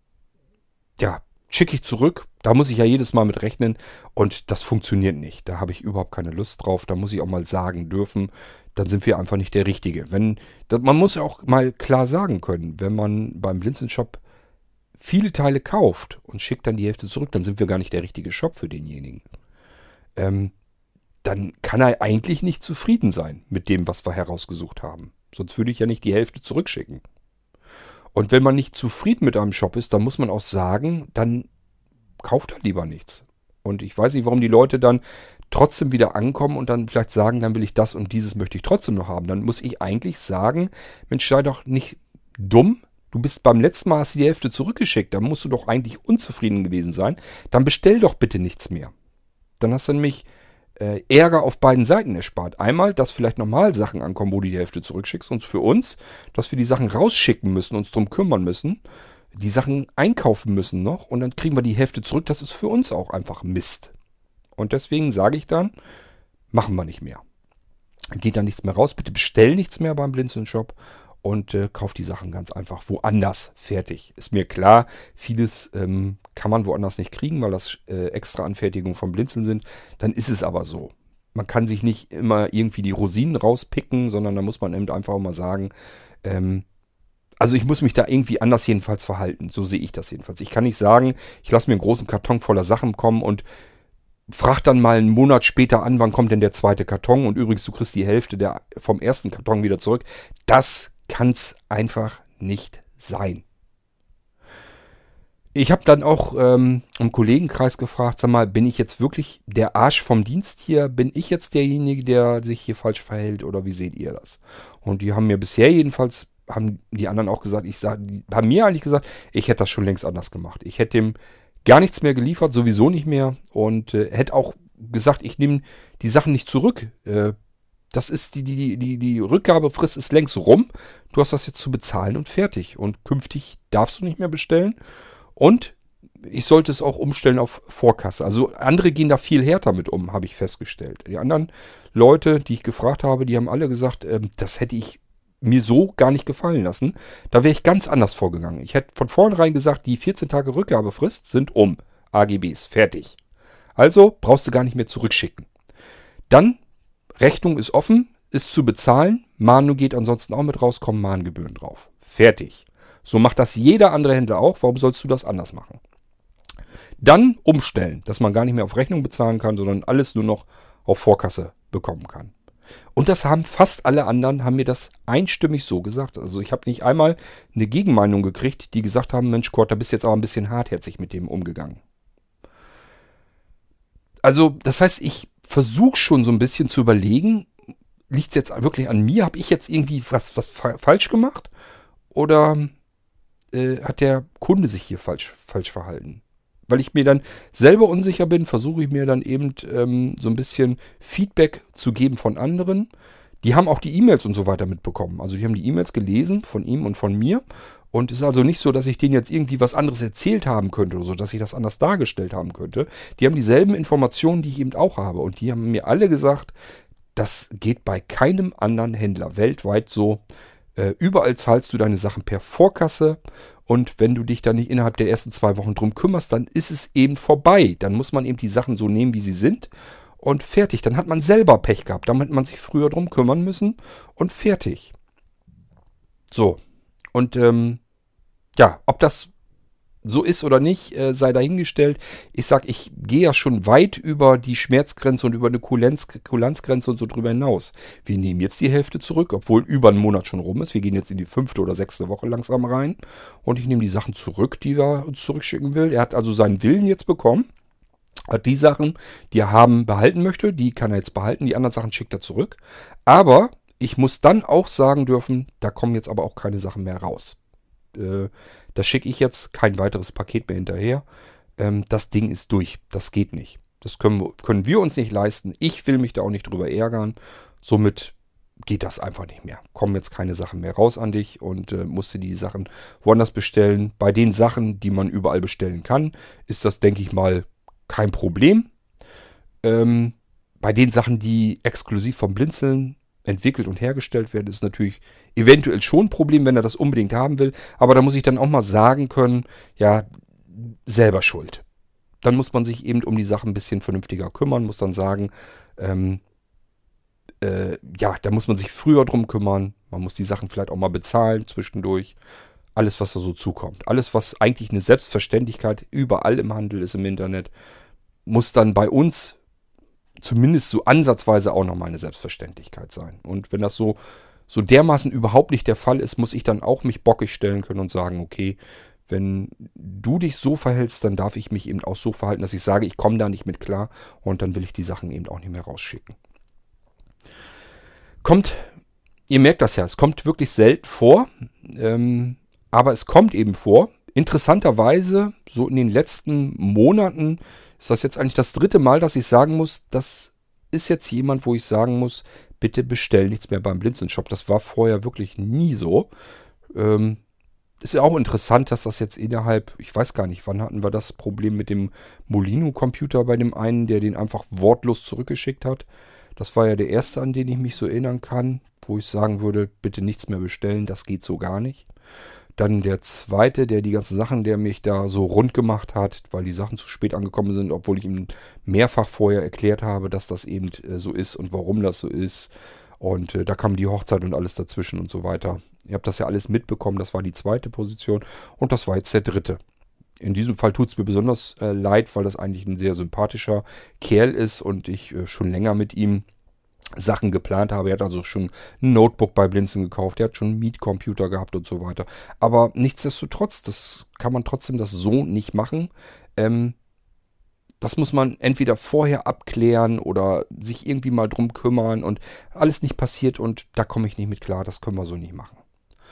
ja, schicke ich zurück. Da muss ich ja jedes Mal mit rechnen und das funktioniert nicht. Da habe ich überhaupt keine Lust drauf. Da muss ich auch mal sagen dürfen, dann sind wir einfach nicht der Richtige. Wenn, das, man muss ja auch mal klar sagen können, wenn man beim Blinzeln-Shop viele Teile kauft und schickt dann die Hälfte zurück, dann sind wir gar nicht der richtige Shop für denjenigen. Ähm, dann kann er eigentlich nicht zufrieden sein mit dem, was wir herausgesucht haben. Sonst würde ich ja nicht die Hälfte zurückschicken. Und wenn man nicht zufrieden mit einem Shop ist, dann muss man auch sagen, dann kauft er lieber nichts. Und ich weiß nicht, warum die Leute dann trotzdem wieder ankommen und dann vielleicht sagen, dann will ich das und dieses möchte ich trotzdem noch haben. Dann muss ich eigentlich sagen, Mensch, sei doch nicht dumm. Du bist beim letzten Mal, hast du die Hälfte zurückgeschickt. Dann musst du doch eigentlich unzufrieden gewesen sein. Dann bestell doch bitte nichts mehr. Dann hast du nämlich äh, Ärger auf beiden Seiten erspart. Einmal, dass vielleicht nochmal Sachen ankommen, wo du die Hälfte zurückschickst. Und für uns, dass wir die Sachen rausschicken müssen, uns drum kümmern müssen. Die Sachen einkaufen müssen noch und dann kriegen wir die Hälfte zurück. Das ist für uns auch einfach Mist. Und deswegen sage ich dann, machen wir nicht mehr. Geht da nichts mehr raus. Bitte bestell nichts mehr beim Blinzeln-Shop und äh, kauft die Sachen ganz einfach woanders. Fertig. Ist mir klar, vieles ähm, kann man woanders nicht kriegen, weil das äh, extra Anfertigungen von Blinzeln sind. Dann ist es aber so. Man kann sich nicht immer irgendwie die Rosinen rauspicken, sondern da muss man eben einfach mal sagen, ähm, also ich muss mich da irgendwie anders jedenfalls verhalten. So sehe ich das jedenfalls. Ich kann nicht sagen, ich lasse mir einen großen Karton voller Sachen kommen und frage dann mal einen Monat später an, wann kommt denn der zweite Karton und übrigens, du kriegst die Hälfte der, vom ersten Karton wieder zurück. Das kann es einfach nicht sein. Ich habe dann auch ähm, im Kollegenkreis gefragt, sag mal, bin ich jetzt wirklich der Arsch vom Dienst hier? Bin ich jetzt derjenige, der sich hier falsch verhält oder wie seht ihr das? Und die haben mir bisher jedenfalls haben die anderen auch gesagt, ich sag, die haben mir eigentlich gesagt, ich hätte das schon längst anders gemacht. Ich hätte dem gar nichts mehr geliefert, sowieso nicht mehr. Und äh, hätte auch gesagt, ich nehme die Sachen nicht zurück. Äh, das ist die, die, die, die Rückgabefrist ist längst rum. Du hast das jetzt zu bezahlen und fertig. Und künftig darfst du nicht mehr bestellen. Und ich sollte es auch umstellen auf Vorkasse. Also andere gehen da viel härter mit um, habe ich festgestellt. Die anderen Leute, die ich gefragt habe, die haben alle gesagt, äh, das hätte ich mir so gar nicht gefallen lassen. Da wäre ich ganz anders vorgegangen. Ich hätte von vornherein gesagt, die vierzehn Tage Rückgabefrist sind um. A G Bs, fertig. Also brauchst du gar nicht mehr zurückschicken. Dann, Rechnung ist offen, ist zu bezahlen. Mahnung geht ansonsten auch mit raus, kommen Mahngebühren drauf. Fertig. So macht das jeder andere Händler auch. Warum sollst du das anders machen? Dann umstellen, dass man gar nicht mehr auf Rechnung bezahlen kann, sondern alles nur noch auf Vorkasse bekommen kann. Und das haben fast alle anderen, haben mir das einstimmig so gesagt. Also ich habe nicht einmal eine Gegenmeinung gekriegt, die gesagt haben, Mensch Kurt, da bist du jetzt aber ein bisschen hartherzig mit dem umgegangen. Also das heißt, ich versuche schon so ein bisschen zu überlegen, liegt es jetzt wirklich an mir? Habe ich jetzt irgendwie was, was fa- falsch gemacht? Oder äh, hat der Kunde sich hier falsch, falsch verhalten? Weil ich mir dann selber unsicher bin, versuche ich mir dann eben ähm, so ein bisschen Feedback zu geben von anderen. Die haben auch die E-Mails und so weiter mitbekommen. Also die haben die E-Mails gelesen von ihm und von mir. Und es ist also nicht so, dass ich denen jetzt irgendwie was anderes erzählt haben könnte oder so, dass ich das anders dargestellt haben könnte. Die haben dieselben Informationen, die ich eben auch habe. Und die haben mir alle gesagt, das geht bei keinem anderen Händler weltweit so. Äh, überall zahlst du deine Sachen per Vorkasse. Und wenn du dich dann nicht innerhalb der ersten zwei Wochen drum kümmerst, dann ist es eben vorbei. Dann muss man eben die Sachen so nehmen, wie sie sind. Und fertig. Dann hat man selber Pech gehabt. Damit man sich früher drum kümmern müssen. Und fertig. So. Und ähm, ja, ob das so ist oder nicht, äh, sei dahingestellt. Ich sag, ich gehe ja schon weit über die Schmerzgrenze und über eine Kulanz, Kulanzgrenze und so drüber hinaus. Wir nehmen jetzt die Hälfte zurück, obwohl über einen Monat schon rum ist. Wir gehen jetzt in die fünfte oder sechste Woche langsam rein. Und ich nehme die Sachen zurück, die er uns zurückschicken will. Er hat also seinen Willen jetzt bekommen. Hat die Sachen, die er haben, behalten möchte, die kann er jetzt behalten. Die anderen Sachen schickt er zurück. Aber ich muss dann auch sagen dürfen, da kommen jetzt aber auch keine Sachen mehr raus. Äh, da schicke ich jetzt kein weiteres Paket mehr hinterher. Ähm, das Ding ist durch. Das geht nicht. Das können wir, können wir uns nicht leisten. Ich will mich da auch nicht drüber ärgern. Somit geht das einfach nicht mehr. Kommen jetzt keine Sachen mehr raus an dich und äh, musst du die Sachen woanders bestellen. Bei den Sachen, die man überall bestellen kann, ist das, denke ich mal, kein Problem. Ähm, bei den Sachen, die exklusiv vom Blinzeln entwickelt und hergestellt werden, ist natürlich eventuell schon ein Problem, wenn er das unbedingt haben will. Aber da muss ich dann auch mal sagen können, ja, selber schuld. Dann muss man sich eben um die Sachen ein bisschen vernünftiger kümmern, muss dann sagen, ähm, äh, ja, da muss man sich früher drum kümmern. Man muss die Sachen vielleicht auch mal bezahlen zwischendurch. Alles, was da so zukommt. Alles, was eigentlich eine Selbstverständlichkeit überall im Handel ist im Internet, muss dann bei uns zumindest so ansatzweise auch nochmal eine Selbstverständlichkeit sein. Und wenn das so, so dermaßen überhaupt nicht der Fall ist, muss ich dann auch mich bockig stellen können und sagen, okay, wenn du dich so verhältst, dann darf ich mich eben auch so verhalten, dass ich sage, ich komme da nicht mit klar und dann will ich die Sachen eben auch nicht mehr rausschicken. Kommt, ihr merkt das ja, es kommt wirklich selten vor, ähm, aber es kommt eben vor. Interessanterweise, so in den letzten Monaten, ist das jetzt eigentlich das dritte Mal, dass ich sagen muss, das ist jetzt jemand, wo ich sagen muss, bitte bestell nichts mehr beim Blinzeln-Shop. Das war vorher wirklich nie so. Ähm, ist ja auch interessant, dass das jetzt innerhalb, ich weiß gar nicht, wann hatten wir das Problem mit dem Molino-Computer bei dem einen, der den einfach wortlos zurückgeschickt hat. Das war ja der erste, an den ich mich so erinnern kann, wo ich sagen würde, bitte nichts mehr bestellen, das geht so gar nicht. Dann der zweite, der die ganzen Sachen, der mich da so rund gemacht hat, weil die Sachen zu spät angekommen sind, obwohl ich ihm mehrfach vorher erklärt habe, dass das eben äh, so ist und warum das so ist. Und äh, da kam die Hochzeit und alles dazwischen und so weiter. Ihr habt das ja alles mitbekommen, das war die zweite Position und das war jetzt der dritte. In diesem Fall tut es mir besonders äh, leid, weil das eigentlich ein sehr sympathischer Kerl ist und ich äh, schon länger mit ihm Sachen geplant habe. Er hat also schon ein Notebook bei Blinzeln gekauft. Er hat schon einen Mietcomputer gehabt und so weiter. Aber nichtsdestotrotz, das kann man trotzdem das so nicht machen. Ähm, das muss man entweder vorher abklären oder sich irgendwie mal drum kümmern und alles nicht passiert und da komme ich nicht mit klar. Das können wir so nicht machen.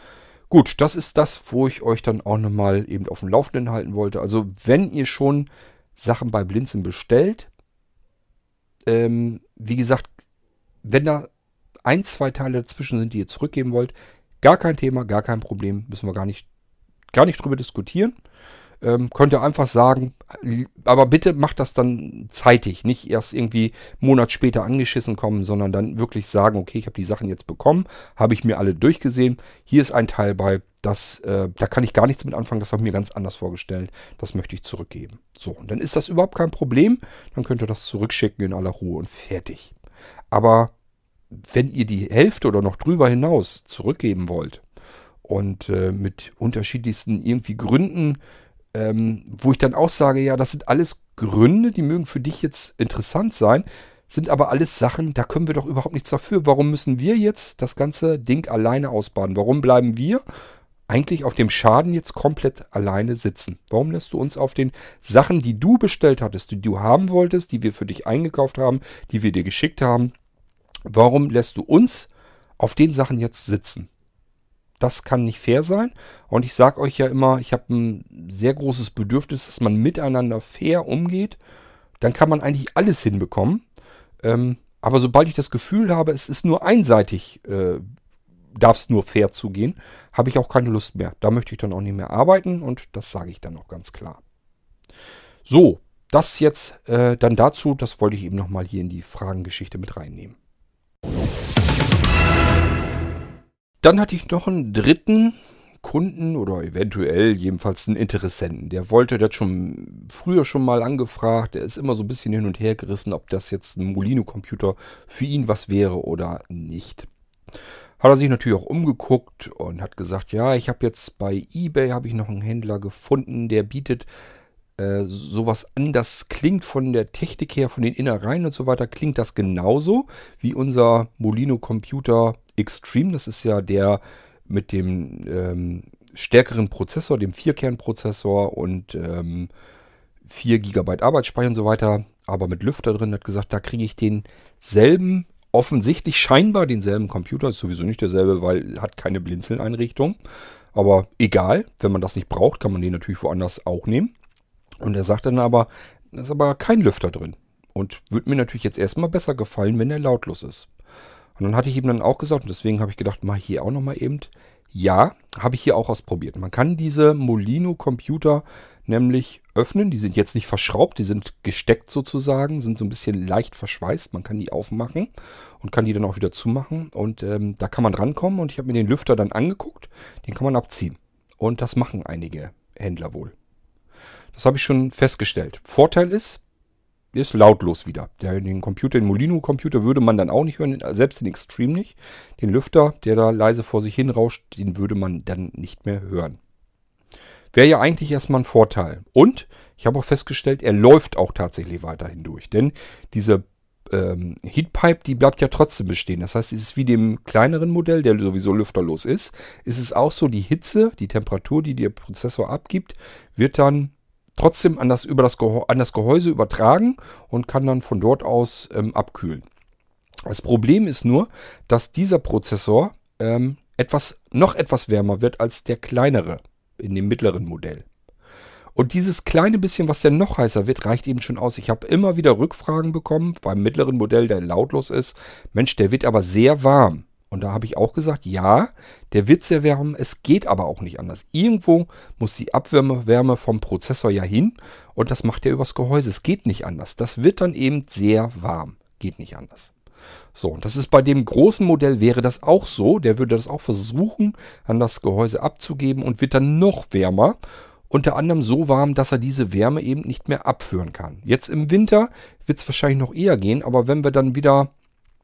Gut, das ist das, wo ich euch dann auch nochmal eben auf dem Laufenden halten wollte. Also wenn ihr schon Sachen bei Blinzeln bestellt, ähm, wie gesagt, wenn da ein, zwei Teile dazwischen sind, die ihr zurückgeben wollt, gar kein Thema, gar kein Problem, müssen wir gar nicht, gar nicht drüber diskutieren. Ähm, könnt ihr einfach sagen, aber bitte macht das dann zeitig, nicht erst irgendwie einen Monat später angeschissen kommen, sondern dann wirklich sagen, okay, ich habe die Sachen jetzt bekommen, habe ich mir alle durchgesehen, hier ist ein Teil bei, das, äh, da kann ich gar nichts mit anfangen, das habe ich mir ganz anders vorgestellt, das möchte ich zurückgeben. So, und dann ist das überhaupt kein Problem, dann könnt ihr das zurückschicken in aller Ruhe und fertig. Aber wenn ihr die Hälfte oder noch drüber hinaus zurückgeben wollt und äh, mit unterschiedlichsten irgendwie Gründen, Ähm, wo ich dann auch sage, ja, das sind alles Gründe, die mögen für dich jetzt interessant sein, sind aber alles Sachen, da können wir doch überhaupt nichts dafür. Warum müssen wir jetzt das ganze Ding alleine ausbaden? Warum bleiben wir eigentlich auf dem Schaden jetzt komplett alleine sitzen? Warum lässt du uns auf den Sachen, die du bestellt hattest, die du haben wolltest, die wir für dich eingekauft haben, die wir dir geschickt haben, warum lässt du uns auf den Sachen jetzt sitzen? Das kann nicht fair sein. Und ich sage euch ja immer, ich habe ein sehr großes Bedürfnis, dass man miteinander fair umgeht. Dann kann man eigentlich alles hinbekommen. Ähm, aber sobald ich das Gefühl habe, es ist nur einseitig, äh, darf es nur fair zugehen, habe ich auch keine Lust mehr. Da möchte ich dann auch nicht mehr arbeiten und das sage ich dann auch ganz klar. So, das jetzt äh, dann dazu, das wollte ich eben nochmal hier in die Fragengeschichte mit reinnehmen. Dann hatte ich noch einen dritten Kunden oder eventuell jedenfalls einen Interessenten. Der wollte das schon früher schon mal angefragt. Der ist immer so ein bisschen hin und her gerissen, ob das jetzt ein Molino-Computer für ihn was wäre oder nicht. Hat er sich natürlich auch umgeguckt und hat gesagt, ja, ich habe jetzt bei eBay habe ich noch einen Händler gefunden, der bietet äh, sowas an. Das klingt von der Technik her, von den Innereien und so weiter, klingt das genauso wie unser Molino-Computer Extreme. Das ist ja der mit dem ähm, stärkeren Prozessor, dem vier-Kern-Prozessor und ähm, vier Gigabyte Arbeitsspeicher und so weiter, aber mit Lüfter drin. Hat gesagt, da kriege ich denselben, offensichtlich scheinbar denselben Computer. Ist sowieso nicht derselbe, weil hat keine Blinzeln-Einrichtung. Aber egal, wenn man das nicht braucht, kann man den natürlich woanders auch nehmen. Und er sagt dann aber, da ist aber kein Lüfter drin. Und würde mir natürlich jetzt erstmal besser gefallen, wenn er lautlos ist. Und dann hatte ich ihm dann auch gesagt, und deswegen habe ich gedacht, mach hier auch nochmal eben. Ja, habe ich hier auch ausprobiert. Man kann diese Molino-Computer nämlich öffnen. Die sind jetzt nicht verschraubt, die sind gesteckt sozusagen, sind so ein bisschen leicht verschweißt. Man kann die aufmachen und kann die dann auch wieder zumachen. Und ähm, da kann man rankommen und ich habe mir den Lüfter dann angeguckt. Den kann man abziehen. Und das machen einige Händler wohl. Das habe ich schon festgestellt. Vorteil ist, ist lautlos wieder. Der, den Computer, den Molino-Computer würde man dann auch nicht hören, selbst den Extreme nicht. Den Lüfter, der da leise vor sich hin rauscht, den würde man dann nicht mehr hören. Wäre ja eigentlich erstmal ein Vorteil. Und ich habe auch festgestellt, er läuft auch tatsächlich weiterhin durch. Denn diese ähm, Heatpipe, die bleibt ja trotzdem bestehen. Das heißt, es ist wie dem kleineren Modell, der sowieso lüfterlos ist, ist es auch so, die Hitze, die Temperatur, die der Prozessor abgibt, wird dann trotzdem an das, über das, Gehäuse, an das Gehäuse übertragen und kann dann von dort aus ähm, abkühlen. Das Problem ist nur, dass dieser Prozessor ähm, etwas, noch etwas wärmer wird als der kleinere in dem mittleren Modell. Und dieses kleine bisschen, was der noch heißer wird, reicht eben schon aus. Ich habe immer wieder Rückfragen bekommen beim mittleren Modell, der lautlos ist. Mensch, der wird aber sehr warm. Und da habe ich auch gesagt, ja, der wird sehr warm, es geht aber auch nicht anders. Irgendwo muss die Abwärme vom Prozessor ja hin und das macht er übers Gehäuse. Es geht nicht anders. Das wird dann eben sehr warm. Geht nicht anders. So, und das ist bei dem großen Modell wäre das auch so. Der würde das auch versuchen, an das Gehäuse abzugeben und wird dann noch wärmer. Unter anderem so warm, dass er diese Wärme eben nicht mehr abführen kann. Jetzt im Winter wird es wahrscheinlich noch eher gehen, aber wenn wir dann wieder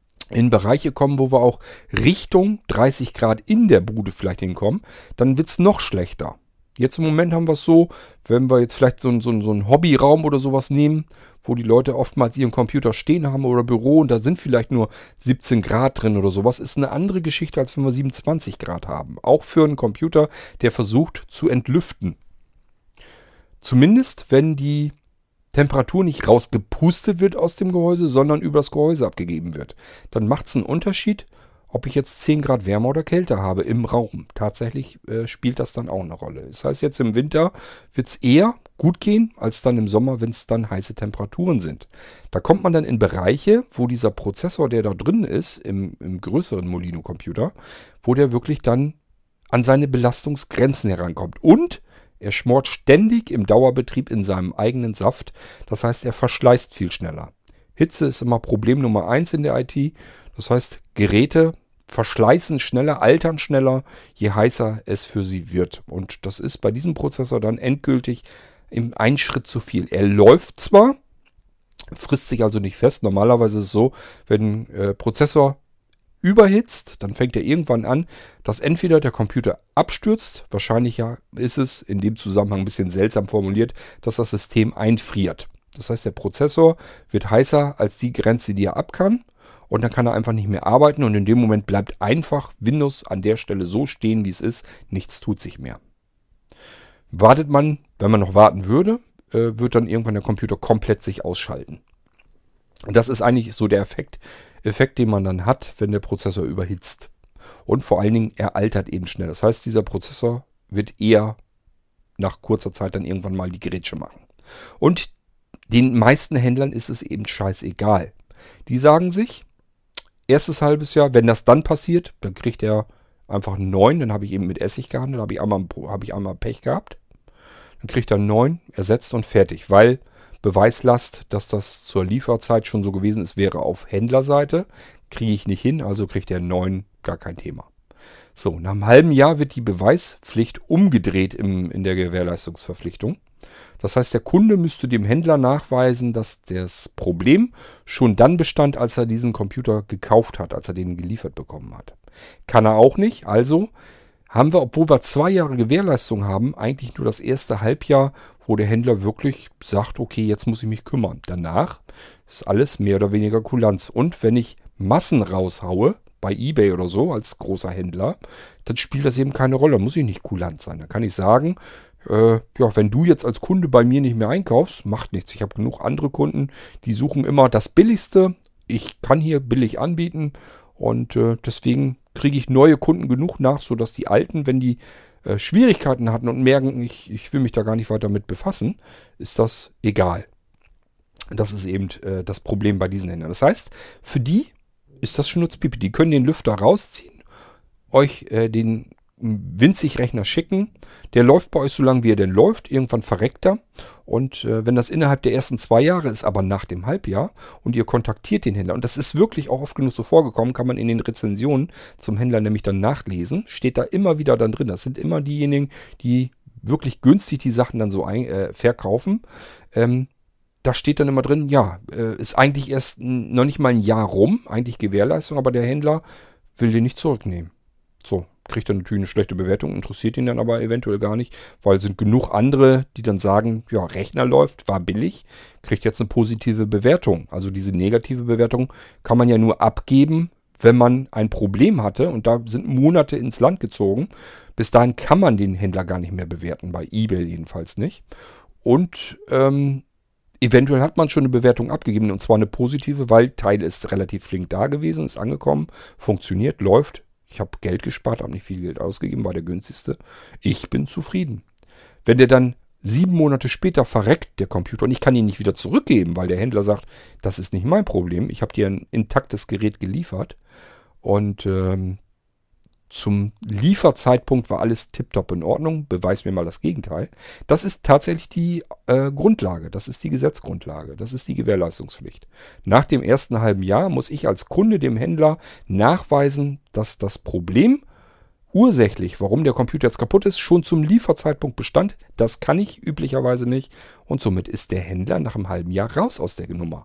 in Bereiche kommen, wo wir auch Richtung dreißig Grad in der Bude vielleicht hinkommen, dann wird es noch schlechter. Jetzt im Moment haben wir es so, wenn wir jetzt vielleicht so, so, so einen Hobbyraum oder sowas nehmen, wo die Leute oftmals ihren Computer stehen haben oder Büro und da sind vielleicht nur siebzehn Grad drin oder sowas, ist eine andere Geschichte, als wenn wir siebenundzwanzig Grad haben. Auch für einen Computer, der versucht zu entlüften. Zumindest, wenn die Temperatur nicht rausgepustet wird aus dem Gehäuse, sondern über das Gehäuse abgegeben wird. Dann macht es einen Unterschied, ob ich jetzt zehn Grad Wärme oder Kälte habe im Raum. Tatsächlich äh, spielt das dann auch eine Rolle. Das heißt, jetzt im Winter wird es eher gut gehen, als dann im Sommer, wenn es dann heiße Temperaturen sind. Da kommt man dann in Bereiche, wo dieser Prozessor, der da drin ist, im, im größeren Molino-Computer, wo der wirklich dann an seine Belastungsgrenzen herankommt. Und er schmort ständig im Dauerbetrieb in seinem eigenen Saft. Das heißt, er verschleißt viel schneller. Hitze ist immer Problem Nummer eins in der I T. Das heißt, Geräte verschleißen schneller, altern schneller, je heißer es für sie wird. Und das ist bei diesem Prozessor dann endgültig im einen Schritt zu viel. Er läuft zwar, frisst sich also nicht fest. Normalerweise ist es so, wenn ein äh, Prozessor überhitzt, dann fängt er irgendwann an, dass entweder der Computer abstürzt, wahrscheinlich ja ist es in dem Zusammenhang ein bisschen seltsam formuliert, dass das System einfriert. Das heißt, der Prozessor wird heißer als die Grenze, die er ab kann. Und dann kann er einfach nicht mehr arbeiten. Und in dem Moment bleibt einfach Windows an der Stelle so stehen, wie es ist. Nichts tut sich mehr. Wartet man, wenn man noch warten würde, äh, wird dann irgendwann der Computer komplett sich ausschalten. Und das ist eigentlich so der Effekt, Effekt, den man dann hat, wenn der Prozessor überhitzt. Und vor allen Dingen, er altert eben schnell. Das heißt, dieser Prozessor wird eher nach kurzer Zeit dann irgendwann mal die Grätsche machen. Und den meisten Händlern ist es eben scheißegal. Die sagen sich, erstes halbes Jahr, wenn das dann passiert, dann kriegt er einfach einen neuen. Dann habe ich eben mit Essig gehandelt, habe ich einmal, habe ich einmal Pech gehabt. Dann kriegt er einen neuen, ersetzt und fertig. Weil Beweislast, dass das zur Lieferzeit schon so gewesen ist, wäre auf Händlerseite. Kriege ich nicht hin, also kriegt er einen neuen, gar kein Thema. So, nach einem halben Jahr wird die Beweispflicht umgedreht im, in der Gewährleistungsverpflichtung. Das heißt, der Kunde müsste dem Händler nachweisen, dass das Problem schon dann bestand, als er diesen Computer gekauft hat, als er den geliefert bekommen hat. Kann er auch nicht. Also haben wir, obwohl wir zwei Jahre Gewährleistung haben, eigentlich nur das erste Halbjahr, wo der Händler wirklich sagt, okay, jetzt muss ich mich kümmern. Danach ist alles mehr oder weniger Kulanz. Und wenn ich Massen raushaue, bei eBay oder so, als großer Händler, dann spielt das eben keine Rolle. Da muss ich nicht kulant sein. Da kann ich sagen, äh, ja, wenn du jetzt als Kunde bei mir nicht mehr einkaufst, macht nichts. Ich habe genug andere Kunden, die suchen immer das Billigste. Ich kann hier billig anbieten und äh, deswegen kriege ich neue Kunden genug nach, sodass die Alten, wenn die äh, Schwierigkeiten hatten und merken, ich, ich will mich da gar nicht weiter mit befassen, ist das egal. Das ist eben äh, das Problem bei diesen Händlern. Das heißt, für die ist das Schnurzpiepe. Die können den Lüfter rausziehen, euch äh, den winzig Rechner schicken. Der läuft bei euch so lange, wie er denn läuft. Irgendwann verreckt er. Und äh, wenn das innerhalb der ersten zwei Jahre ist, aber nach dem Halbjahr, und ihr kontaktiert den Händler, und das ist wirklich auch oft genug so vorgekommen, kann man in den Rezensionen zum Händler nämlich dann nachlesen, steht da immer wieder dann drin. Das sind immer diejenigen, die wirklich günstig die Sachen dann so ein, äh, verkaufen. Ähm, Da steht dann immer drin, ja, ist eigentlich erst noch nicht mal ein Jahr rum, eigentlich Gewährleistung, aber der Händler will den nicht zurücknehmen. So, kriegt dann natürlich eine schlechte Bewertung, interessiert ihn dann aber eventuell gar nicht, weil es sind genug andere, die dann sagen, ja, Rechner läuft, war billig, kriegt jetzt eine positive Bewertung. Also diese negative Bewertung kann man ja nur abgeben, wenn man ein Problem hatte, und da sind Monate ins Land gezogen. Bis dahin kann man den Händler gar nicht mehr bewerten, bei eBay jedenfalls nicht. Und ähm, eventuell hat man schon eine Bewertung abgegeben, und zwar eine positive, weil Teil ist relativ flink da gewesen, ist angekommen, funktioniert, läuft. Ich habe Geld gespart, habe nicht viel Geld ausgegeben, war der günstigste. Ich bin zufrieden. Wenn der dann sieben Monate später verreckt, der Computer, und ich kann ihn nicht wieder zurückgeben, weil der Händler sagt, das ist nicht mein Problem, ich habe dir ein intaktes Gerät geliefert, und ähm, zum Lieferzeitpunkt war alles tipptopp in Ordnung. Beweis mir mal das Gegenteil. Das ist tatsächlich die äh, Grundlage. Das ist die Gesetzgrundlage. Das ist die Gewährleistungspflicht. Nach dem ersten halben Jahr muss ich als Kunde dem Händler nachweisen, dass das Problem ursächlich, warum der Computer jetzt kaputt ist, schon zum Lieferzeitpunkt bestand. Das kann ich üblicherweise nicht. Und somit ist der Händler nach einem halben Jahr raus aus der Nummer.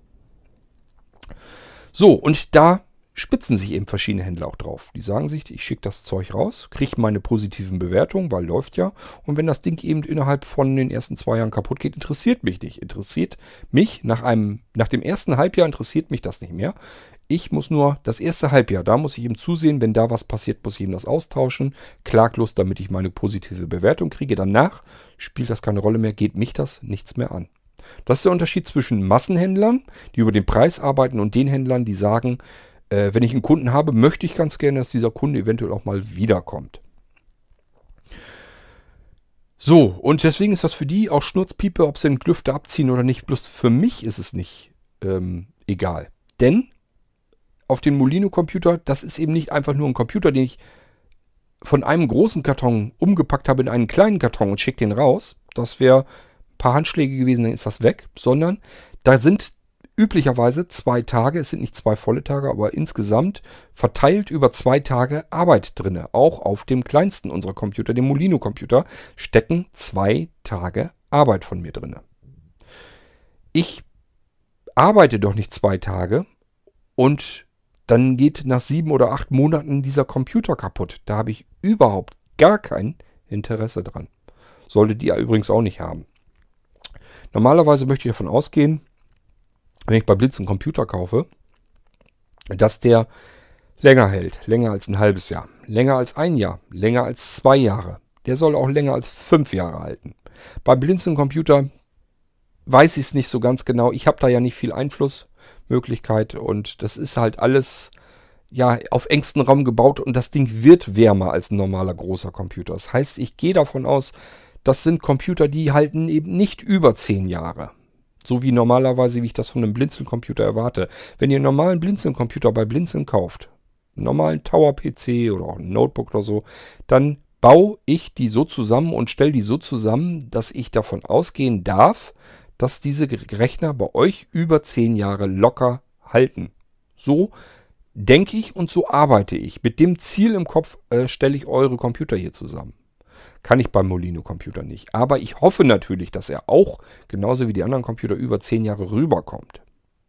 So, und da spitzen sich eben verschiedene Händler auch drauf. Die sagen sich, ich schicke das Zeug raus, kriege meine positiven Bewertungen, weil läuft ja. Und wenn das Ding eben innerhalb von den ersten zwei Jahren kaputt geht, interessiert mich nicht. Interessiert mich nach einem, nach dem ersten Halbjahr interessiert mich das nicht mehr. Ich muss nur das erste Halbjahr, da muss ich eben zusehen, wenn da was passiert, muss ich eben das austauschen. Klaglos, damit ich meine positive Bewertung kriege. Danach spielt das keine Rolle mehr, geht mich das nichts mehr an. Das ist der Unterschied zwischen Massenhändlern, die über den Preis arbeiten, und den Händlern, die sagen, äh, wenn ich einen Kunden habe, möchte ich ganz gerne, dass dieser Kunde eventuell auch mal wiederkommt. So, und deswegen ist das für die auch Schnurzpiepe, ob sie den Lüfter abziehen oder nicht. Bloß für mich ist es nicht ähm, egal. Denn auf den Molino-Computer, das ist eben nicht einfach nur ein Computer, den ich von einem großen Karton umgepackt habe in einen kleinen Karton und schicke den raus. Das wäre ein paar Handschläge gewesen, dann ist das weg. Sondern da sind üblicherweise zwei Tage, es sind nicht zwei volle Tage, aber insgesamt verteilt über zwei Tage Arbeit drin. Auch auf dem kleinsten unserer Computer, dem Molino-Computer, stecken zwei Tage Arbeit von mir drin. Ich arbeite doch nicht zwei Tage und dann geht nach sieben oder acht Monaten dieser Computer kaputt. Da habe ich überhaupt gar kein Interesse dran. Solltet ihr übrigens auch nicht haben. Normalerweise möchte ich davon ausgehen, wenn ich bei Blitz einen Computer kaufe, dass der länger hält. Länger als ein halbes Jahr. Länger als ein Jahr. Länger als zwei Jahre. Der soll auch länger als fünf Jahre halten. Beim Blinzeln-Computer weiß ich es nicht so ganz genau. Ich habe da ja nicht viel Einflussmöglichkeit und das ist halt alles ja auf engstem Raum gebaut und das Ding wird wärmer als ein normaler großer Computer. Das heißt, ich gehe davon aus, das sind Computer, die halten eben nicht über zehn Jahre. So wie normalerweise, wie ich das von einem Blinzeln-Computer erwarte. Wenn ihr einen normalen Blinzeln-Computer bei Blinzeln kauft, einen normalen Tower-P C oder auch ein Notebook oder so, dann baue ich die so zusammen und stelle die so zusammen, dass ich davon ausgehen darf, dass diese Rechner bei euch über zehn Jahre locker halten. So denke ich und so arbeite ich. Mit dem Ziel im Kopf äh, stelle ich eure Computer hier zusammen. Kann ich beim Molino-Computer nicht. Aber ich hoffe natürlich, dass er auch, genauso wie die anderen Computer, über zehn Jahre rüberkommt.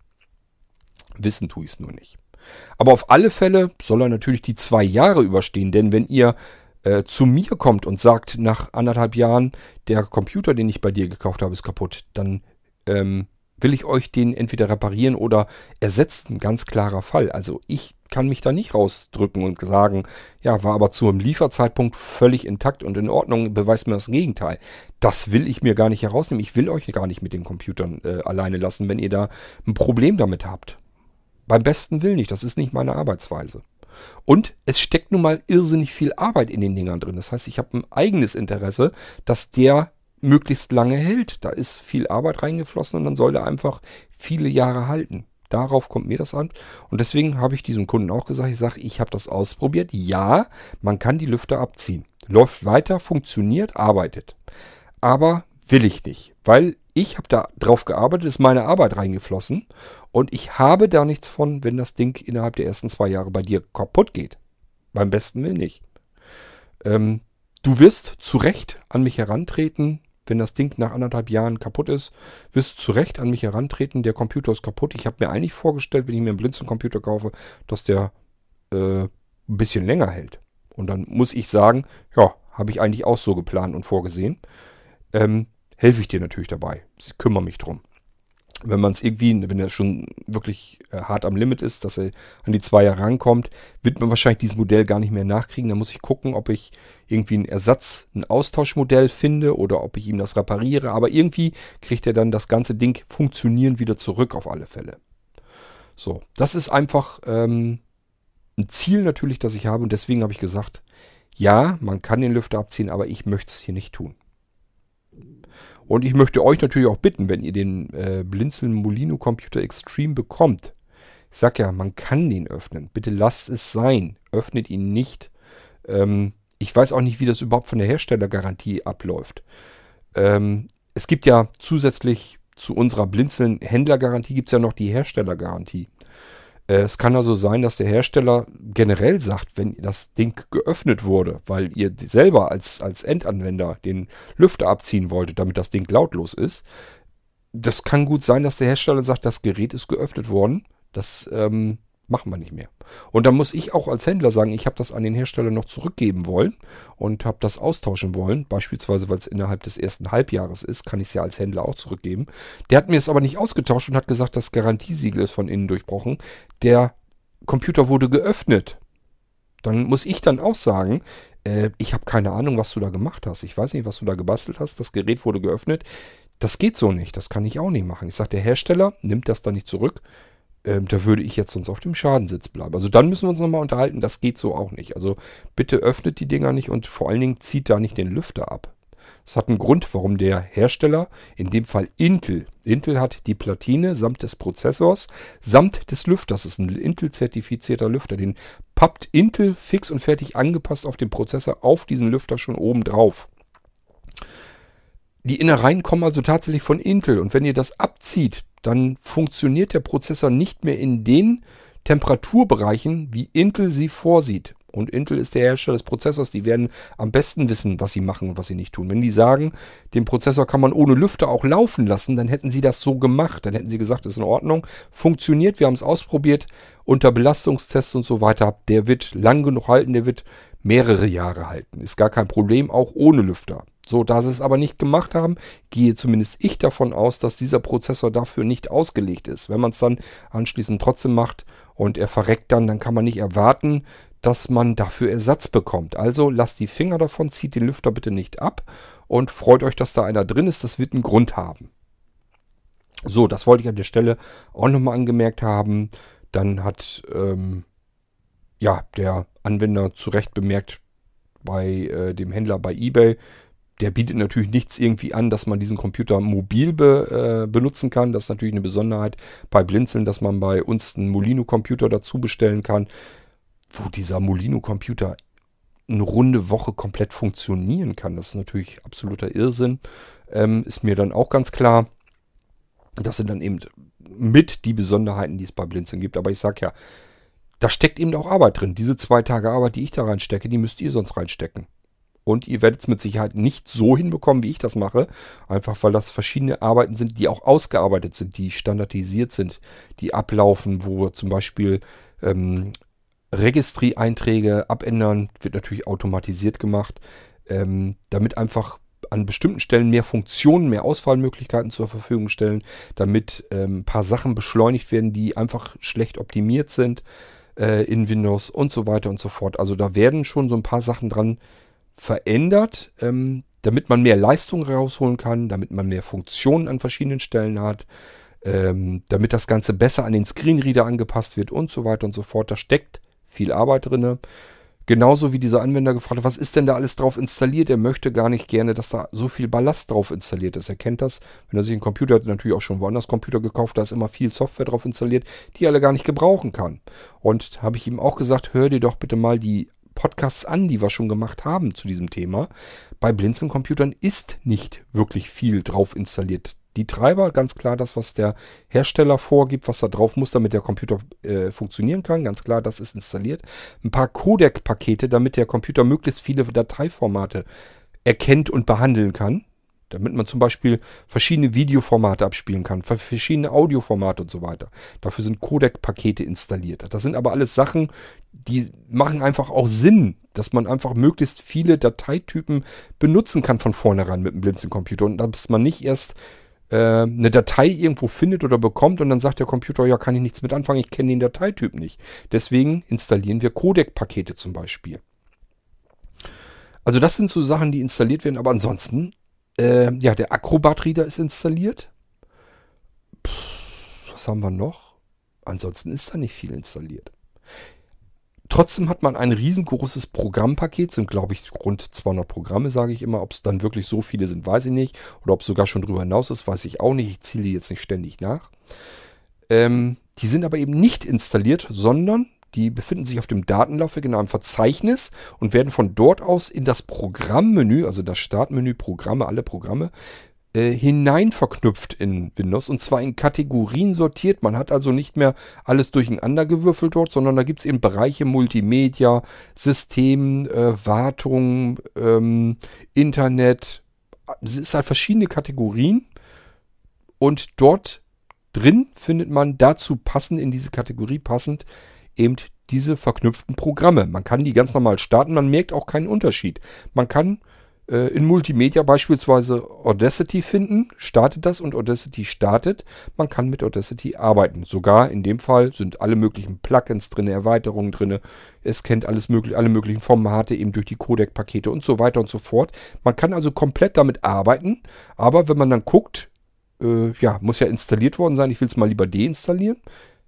Wissen tue ich es nur nicht. Aber auf alle Fälle soll er natürlich die zwei Jahre überstehen. Denn wenn ihr äh, zu mir kommt und sagt, nach anderthalb Jahren, der Computer, den ich bei dir gekauft habe, ist kaputt, dann ähm, will ich euch den entweder reparieren oder ersetzt, ein ganz klarer Fall. Also ich kann mich da nicht rausdrücken und sagen, ja, war aber zu einem Lieferzeitpunkt völlig intakt und in Ordnung, beweist mir das Gegenteil. Das will ich mir gar nicht herausnehmen. Ich will euch gar nicht mit den Computern äh, alleine lassen, wenn ihr da ein Problem damit habt. Beim besten Willen nicht. Das ist nicht meine Arbeitsweise. Und es steckt nun mal irrsinnig viel Arbeit in den Dingern drin. Das heißt, ich habe ein eigenes Interesse, dass der möglichst lange hält. Da ist viel Arbeit reingeflossen und dann soll der einfach viele Jahre halten. Darauf kommt mir das an. Und deswegen habe ich diesem Kunden auch gesagt, ich sage, ich habe das ausprobiert. Ja, man kann die Lüfter abziehen. Läuft weiter, funktioniert, arbeitet. Aber will ich nicht, weil ich habe da drauf gearbeitet, ist meine Arbeit reingeflossen und ich habe da nichts von, wenn das Ding innerhalb der ersten zwei Jahre bei dir kaputt geht. Beim besten Willen nicht. Ähm, du wirst zu Recht an mich herantreten, wenn das Ding nach anderthalb Jahren kaputt ist, wirst du zu Recht an mich herantreten, der Computer ist kaputt. Ich habe mir eigentlich vorgestellt, wenn ich mir einen Blinzeln-Computer kaufe, dass der äh, ein bisschen länger hält. Und dann muss ich sagen, ja, habe ich eigentlich auch so geplant und vorgesehen. Ähm, helfe ich dir natürlich dabei. Ich kümmere mich drum. Wenn man es irgendwie, wenn er schon wirklich äh, hart am Limit ist, dass er an die zwei Jahre rankommt, wird man wahrscheinlich dieses Modell gar nicht mehr nachkriegen. Da muss ich gucken, ob ich irgendwie einen Ersatz, ein Austauschmodell finde oder ob ich ihm das repariere. Aber irgendwie kriegt er dann das ganze Ding funktionieren wieder zurück auf alle Fälle. So, das ist einfach ähm, ein Ziel natürlich, das ich habe. Und deswegen habe ich gesagt, ja, man kann den Lüfter abziehen, aber ich möchte es hier nicht tun. Und ich möchte euch natürlich auch bitten, wenn ihr den äh, Blinzeln Molino Computer Extreme bekommt. Ich sag ja, man kann den öffnen. Bitte lasst es sein. Öffnet ihn nicht. Ähm, ich weiß auch nicht, wie das überhaupt von der Herstellergarantie abläuft. Ähm, es gibt ja zusätzlich zu unserer Blinzeln Händlergarantie gibt es ja noch die Herstellergarantie. Es kann also sein, dass der Hersteller generell sagt, wenn das Ding geöffnet wurde, weil ihr selber als, als Endanwender den Lüfter abziehen wolltet, damit das Ding lautlos ist. Das kann gut sein, dass der Hersteller sagt, das Gerät ist geöffnet worden. Das ähm, machen wir nicht mehr. Und dann muss ich auch als Händler sagen, ich habe das an den Hersteller noch zurückgeben wollen und habe das austauschen wollen. Beispielsweise, weil es innerhalb des ersten Halbjahres ist, kann ich es ja als Händler auch zurückgeben. Der hat mir es aber nicht ausgetauscht und hat gesagt, das Garantiesiegel ist von innen durchbrochen. Der Computer wurde geöffnet. Dann muss ich dann auch sagen, äh, ich habe keine Ahnung, was du da gemacht hast. Ich weiß nicht, was du da gebastelt hast. Das Gerät wurde geöffnet. Das geht so nicht. Das kann ich auch nicht machen. Ich sage, der Hersteller nimmt das dann nicht zurück. Ähm, da würde ich jetzt sonst auf dem Schadensitz bleiben. Also dann müssen wir uns nochmal unterhalten, das geht so auch nicht. Also bitte öffnet die Dinger nicht und vor allen Dingen zieht da nicht den Lüfter ab. Das hat einen Grund, warum der Hersteller, in dem Fall Intel, Intel hat die Platine samt des Prozessors, samt des Lüfters, das ist ein Intel-zertifizierter Lüfter, den pappt Intel fix und fertig angepasst auf den Prozessor, auf diesen Lüfter schon oben drauf. Die Innereien kommen also tatsächlich von Intel und wenn ihr das abzieht, dann funktioniert der Prozessor nicht mehr in den Temperaturbereichen, wie Intel sie vorsieht. Und Intel ist der Hersteller des Prozessors, die werden am besten wissen, was sie machen und was sie nicht tun. Wenn die sagen, den Prozessor kann man ohne Lüfter auch laufen lassen, dann hätten sie das so gemacht. Dann hätten sie gesagt, das ist in Ordnung, funktioniert, wir haben es ausprobiert, unter Belastungstests und so weiter. Der wird lang genug halten, der wird mehrere Jahre halten. Ist gar kein Problem, auch ohne Lüfter. So, da sie es aber nicht gemacht haben, gehe zumindest ich davon aus, dass dieser Prozessor dafür nicht ausgelegt ist. Wenn man es dann anschließend trotzdem macht und er verreckt dann, dann kann man nicht erwarten, dass man dafür Ersatz bekommt. Also lasst die Finger davon, zieht den Lüfter bitte nicht ab und freut euch, dass da einer drin ist. Das wird einen Grund haben. So, das wollte ich an der Stelle auch nochmal angemerkt haben. Dann hat ähm, ja der Anwender zu Recht bemerkt bei äh, dem Händler bei eBay, der bietet natürlich nichts irgendwie an, dass man diesen Computer mobil be, äh, benutzen kann. Das ist natürlich eine Besonderheit bei Blinzeln, dass man bei uns einen Molino-Computer dazu bestellen kann, wo dieser Molino-Computer eine runde Woche komplett funktionieren kann. Das ist natürlich absoluter Irrsinn. Ähm, ist mir dann auch ganz klar. Das sind dann eben mit die Besonderheiten, die es bei Blinzeln gibt. Aber ich sag ja, da steckt eben auch Arbeit drin. Diese zwei Tage Arbeit, die ich da reinstecke, die müsst ihr sonst reinstecken. Und ihr werdet es mit Sicherheit nicht so hinbekommen, wie ich das mache. Einfach weil das verschiedene Arbeiten sind, die auch ausgearbeitet sind, die standardisiert sind, die ablaufen, wo zum Beispiel ähm, Registry-Einträge abändern, wird natürlich automatisiert gemacht, ähm, damit einfach an bestimmten Stellen mehr Funktionen, mehr Auswahlmöglichkeiten zur Verfügung stellen, damit ähm, ein paar Sachen beschleunigt werden, die einfach schlecht optimiert sind äh, in Windows und so weiter und so fort. Also da werden schon so ein paar Sachen dran verändert, ähm, damit man mehr Leistung rausholen kann, damit man mehr Funktionen an verschiedenen Stellen hat, ähm, damit das Ganze besser an den Screenreader angepasst wird und so weiter und so fort. Da steckt viel Arbeit drin. Genauso wie dieser Anwender gefragt hat, was ist denn da alles drauf installiert? Er möchte gar nicht gerne, dass da so viel Ballast drauf installiert ist. Er kennt das, wenn er sich einen Computer hat, natürlich auch schon woanders Computer gekauft, da ist immer viel Software drauf installiert, die er alle gar nicht gebrauchen kann. Und habe ich ihm auch gesagt, hör dir doch bitte mal die Podcasts an, die wir schon gemacht haben zu diesem Thema. Bei Blinzeln-Computern ist nicht wirklich viel drauf installiert. Die Treiber, ganz klar das, was der Hersteller vorgibt, was da drauf muss, damit der Computer äh, funktionieren kann. Ganz klar, das ist installiert. Ein paar Codec-Pakete, damit der Computer möglichst viele Dateiformate erkennt und behandeln kann. Damit man zum Beispiel verschiedene Videoformate abspielen kann, verschiedene Audioformate und so weiter. Dafür sind Codec-Pakete installiert. Das sind aber alles Sachen, die machen einfach auch Sinn, dass man einfach möglichst viele Dateitypen benutzen kann von vornherein mit einem Blinzeln-Computer. Und dass man nicht erst äh, eine Datei irgendwo findet oder bekommt und dann sagt der Computer, ja, kann ich nichts mit anfangen, ich kenne den Dateityp nicht. Deswegen installieren wir Codec-Pakete zum Beispiel. Also das sind so Sachen, die installiert werden, aber ansonsten Äh, ja, der Acrobat-Reader ist installiert. Pff, was haben wir noch? Ansonsten ist da nicht viel installiert. Trotzdem hat man ein riesengroßes Programmpaket, sind glaube ich rund zweihundert Programme, sage ich immer. Ob es dann wirklich so viele sind, weiß ich nicht. Oder ob es sogar schon drüber hinaus ist, weiß ich auch nicht. Ich ziehe die jetzt nicht ständig nach. Ähm, die sind aber eben nicht installiert, sondern die befinden sich auf dem Datenlaufwerk in einem Verzeichnis und werden von dort aus in das Programmmenü, also das Startmenü, Programme, alle Programme, äh, hinein verknüpft in Windows und zwar in Kategorien sortiert. Man hat also nicht mehr alles durcheinander gewürfelt dort, sondern da gibt es eben Bereiche Multimedia, System, äh, Wartung, ähm, Internet. Es ist halt verschiedene Kategorien und dort drin findet man dazu passend, in diese Kategorie passend, eben diese verknüpften Programme. Man kann die ganz normal starten, man merkt auch keinen Unterschied. Man kann äh, in Multimedia beispielsweise Audacity finden, startet das und Audacity startet. Man kann mit Audacity arbeiten. Sogar in dem Fall sind alle möglichen Plugins drin, Erweiterungen drin. Es kennt alles mögliche, alle möglichen Formate eben durch die Codec-Pakete und so weiter und so fort. Man kann also komplett damit arbeiten, aber wenn man dann guckt, äh, ja, muss ja installiert worden sein, ich will es mal lieber deinstallieren.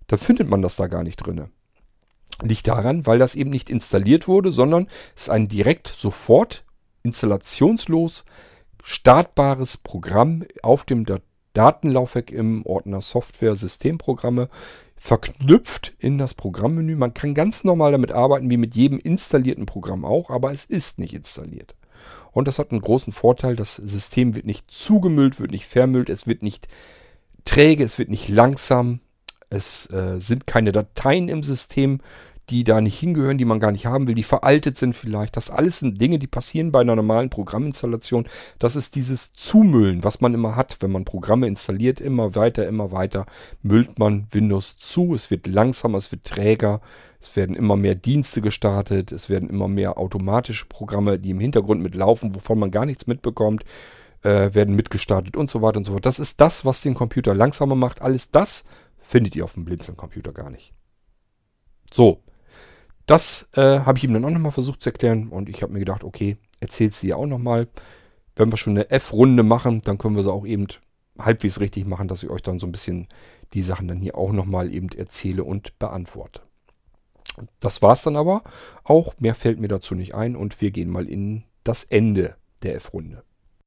dann findet man das da gar nicht drin. Liegt daran, weil das eben nicht installiert wurde, sondern es ist ein direkt sofort installationslos startbares Programm auf dem Datenlaufwerk im Ordner Software Systemprogramme verknüpft in das Programmmenü. Man kann ganz normal damit arbeiten, wie mit jedem installierten Programm auch, aber es ist nicht installiert. Und das hat einen großen Vorteil, das System wird nicht zugemüllt, wird nicht vermüllt, es wird nicht träge, es wird nicht langsam, es äh, sind keine Dateien im System, die da nicht hingehören, die man gar nicht haben will, die veraltet sind vielleicht. Das alles sind Dinge, die passieren bei einer normalen Programminstallation. Das ist dieses Zumüllen, was man immer hat, wenn man Programme installiert. Immer weiter, immer weiter müllt man Windows zu. Es wird langsamer, es wird träger. Es werden immer mehr Dienste gestartet. Es werden immer mehr automatische Programme, die im Hintergrund mitlaufen, wovon man gar nichts mitbekommt, äh, werden mitgestartet und so weiter und so fort. Das ist das, was den Computer langsamer macht. Alles das findet ihr auf dem Blinzeln-Computer gar nicht. So. Das äh, habe ich ihm dann auch nochmal versucht zu erklären und ich habe mir gedacht, okay, erzählst du ja auch nochmal. Wenn wir schon eine F-Runde machen, dann können wir sie auch eben halbwegs richtig machen, dass ich euch dann so ein bisschen die Sachen dann hier auch nochmal eben erzähle und beantworte. Das war's dann aber auch. Mehr fällt mir dazu nicht ein und wir gehen mal in das Ende der F-Runde.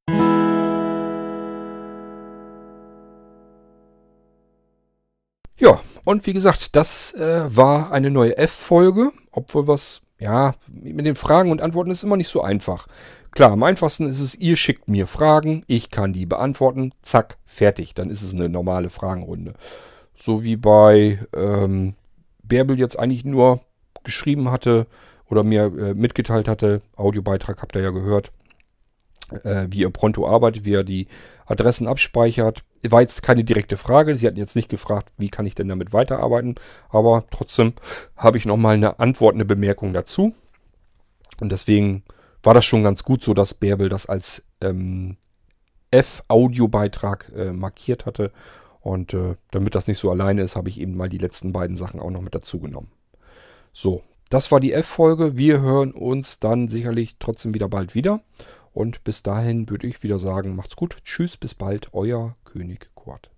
Ja, und wie gesagt, das äh, war eine neue F-Folge, obwohl was, ja, mit den Fragen und Antworten ist immer nicht so einfach. Klar, am einfachsten ist es, ihr schickt mir Fragen, ich kann die beantworten, zack, fertig, dann ist es eine normale Fragenrunde. So wie bei ähm, Bärbel jetzt eigentlich nur geschrieben hatte oder mir äh, mitgeteilt hatte, Audiobeitrag habt ihr ja gehört, äh, wie ihr Pronto arbeitet, wie er die Adressen abspeichert. War jetzt keine direkte Frage. Sie hatten jetzt nicht gefragt, wie kann ich denn damit weiterarbeiten. Aber trotzdem habe ich nochmal eine Antwort, eine Bemerkung dazu. Und deswegen war das schon ganz gut so, dass Bärbel das als ähm, F-Audiobeitrag äh, markiert hatte. Und äh, damit das nicht so alleine ist, habe ich eben mal die letzten beiden Sachen auch noch mit dazu genommen. So, das war die F-Folge. Wir hören uns dann sicherlich trotzdem wieder bald wieder. Und bis dahin würde ich wieder sagen, macht's gut. Tschüss, bis bald, euer König Kurt.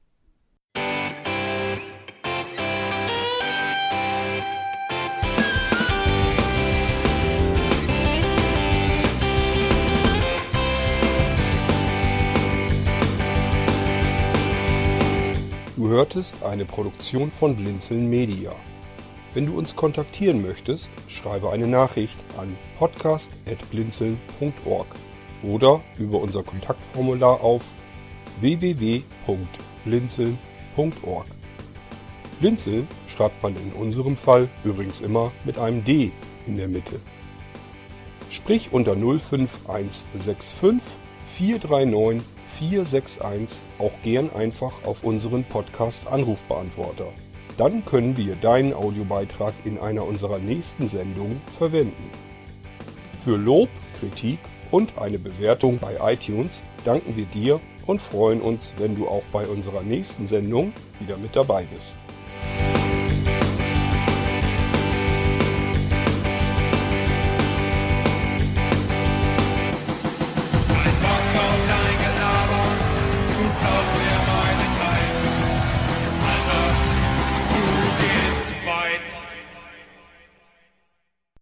Du hörtest eine Produktion von Blinzeln Media. Wenn du uns kontaktieren möchtest, schreibe eine Nachricht an podcast at blinzeln punkt org oder über unser Kontaktformular auf w w w punkt blinzeln punkt org. Blinzeln schreibt man in unserem Fall übrigens immer mit einem D in der Mitte. Sprich unter null fünf eins sechs fünf vier drei neun vier sechs eins auch gern einfach auf unseren Podcast-Anrufbeantworter. Dann können wir deinen Audiobeitrag in einer unserer nächsten Sendungen verwenden. Für Lob, Kritik und eine Bewertung bei iTunes danken wir dir und freuen uns, wenn du auch bei unserer nächsten Sendung wieder mit dabei bist.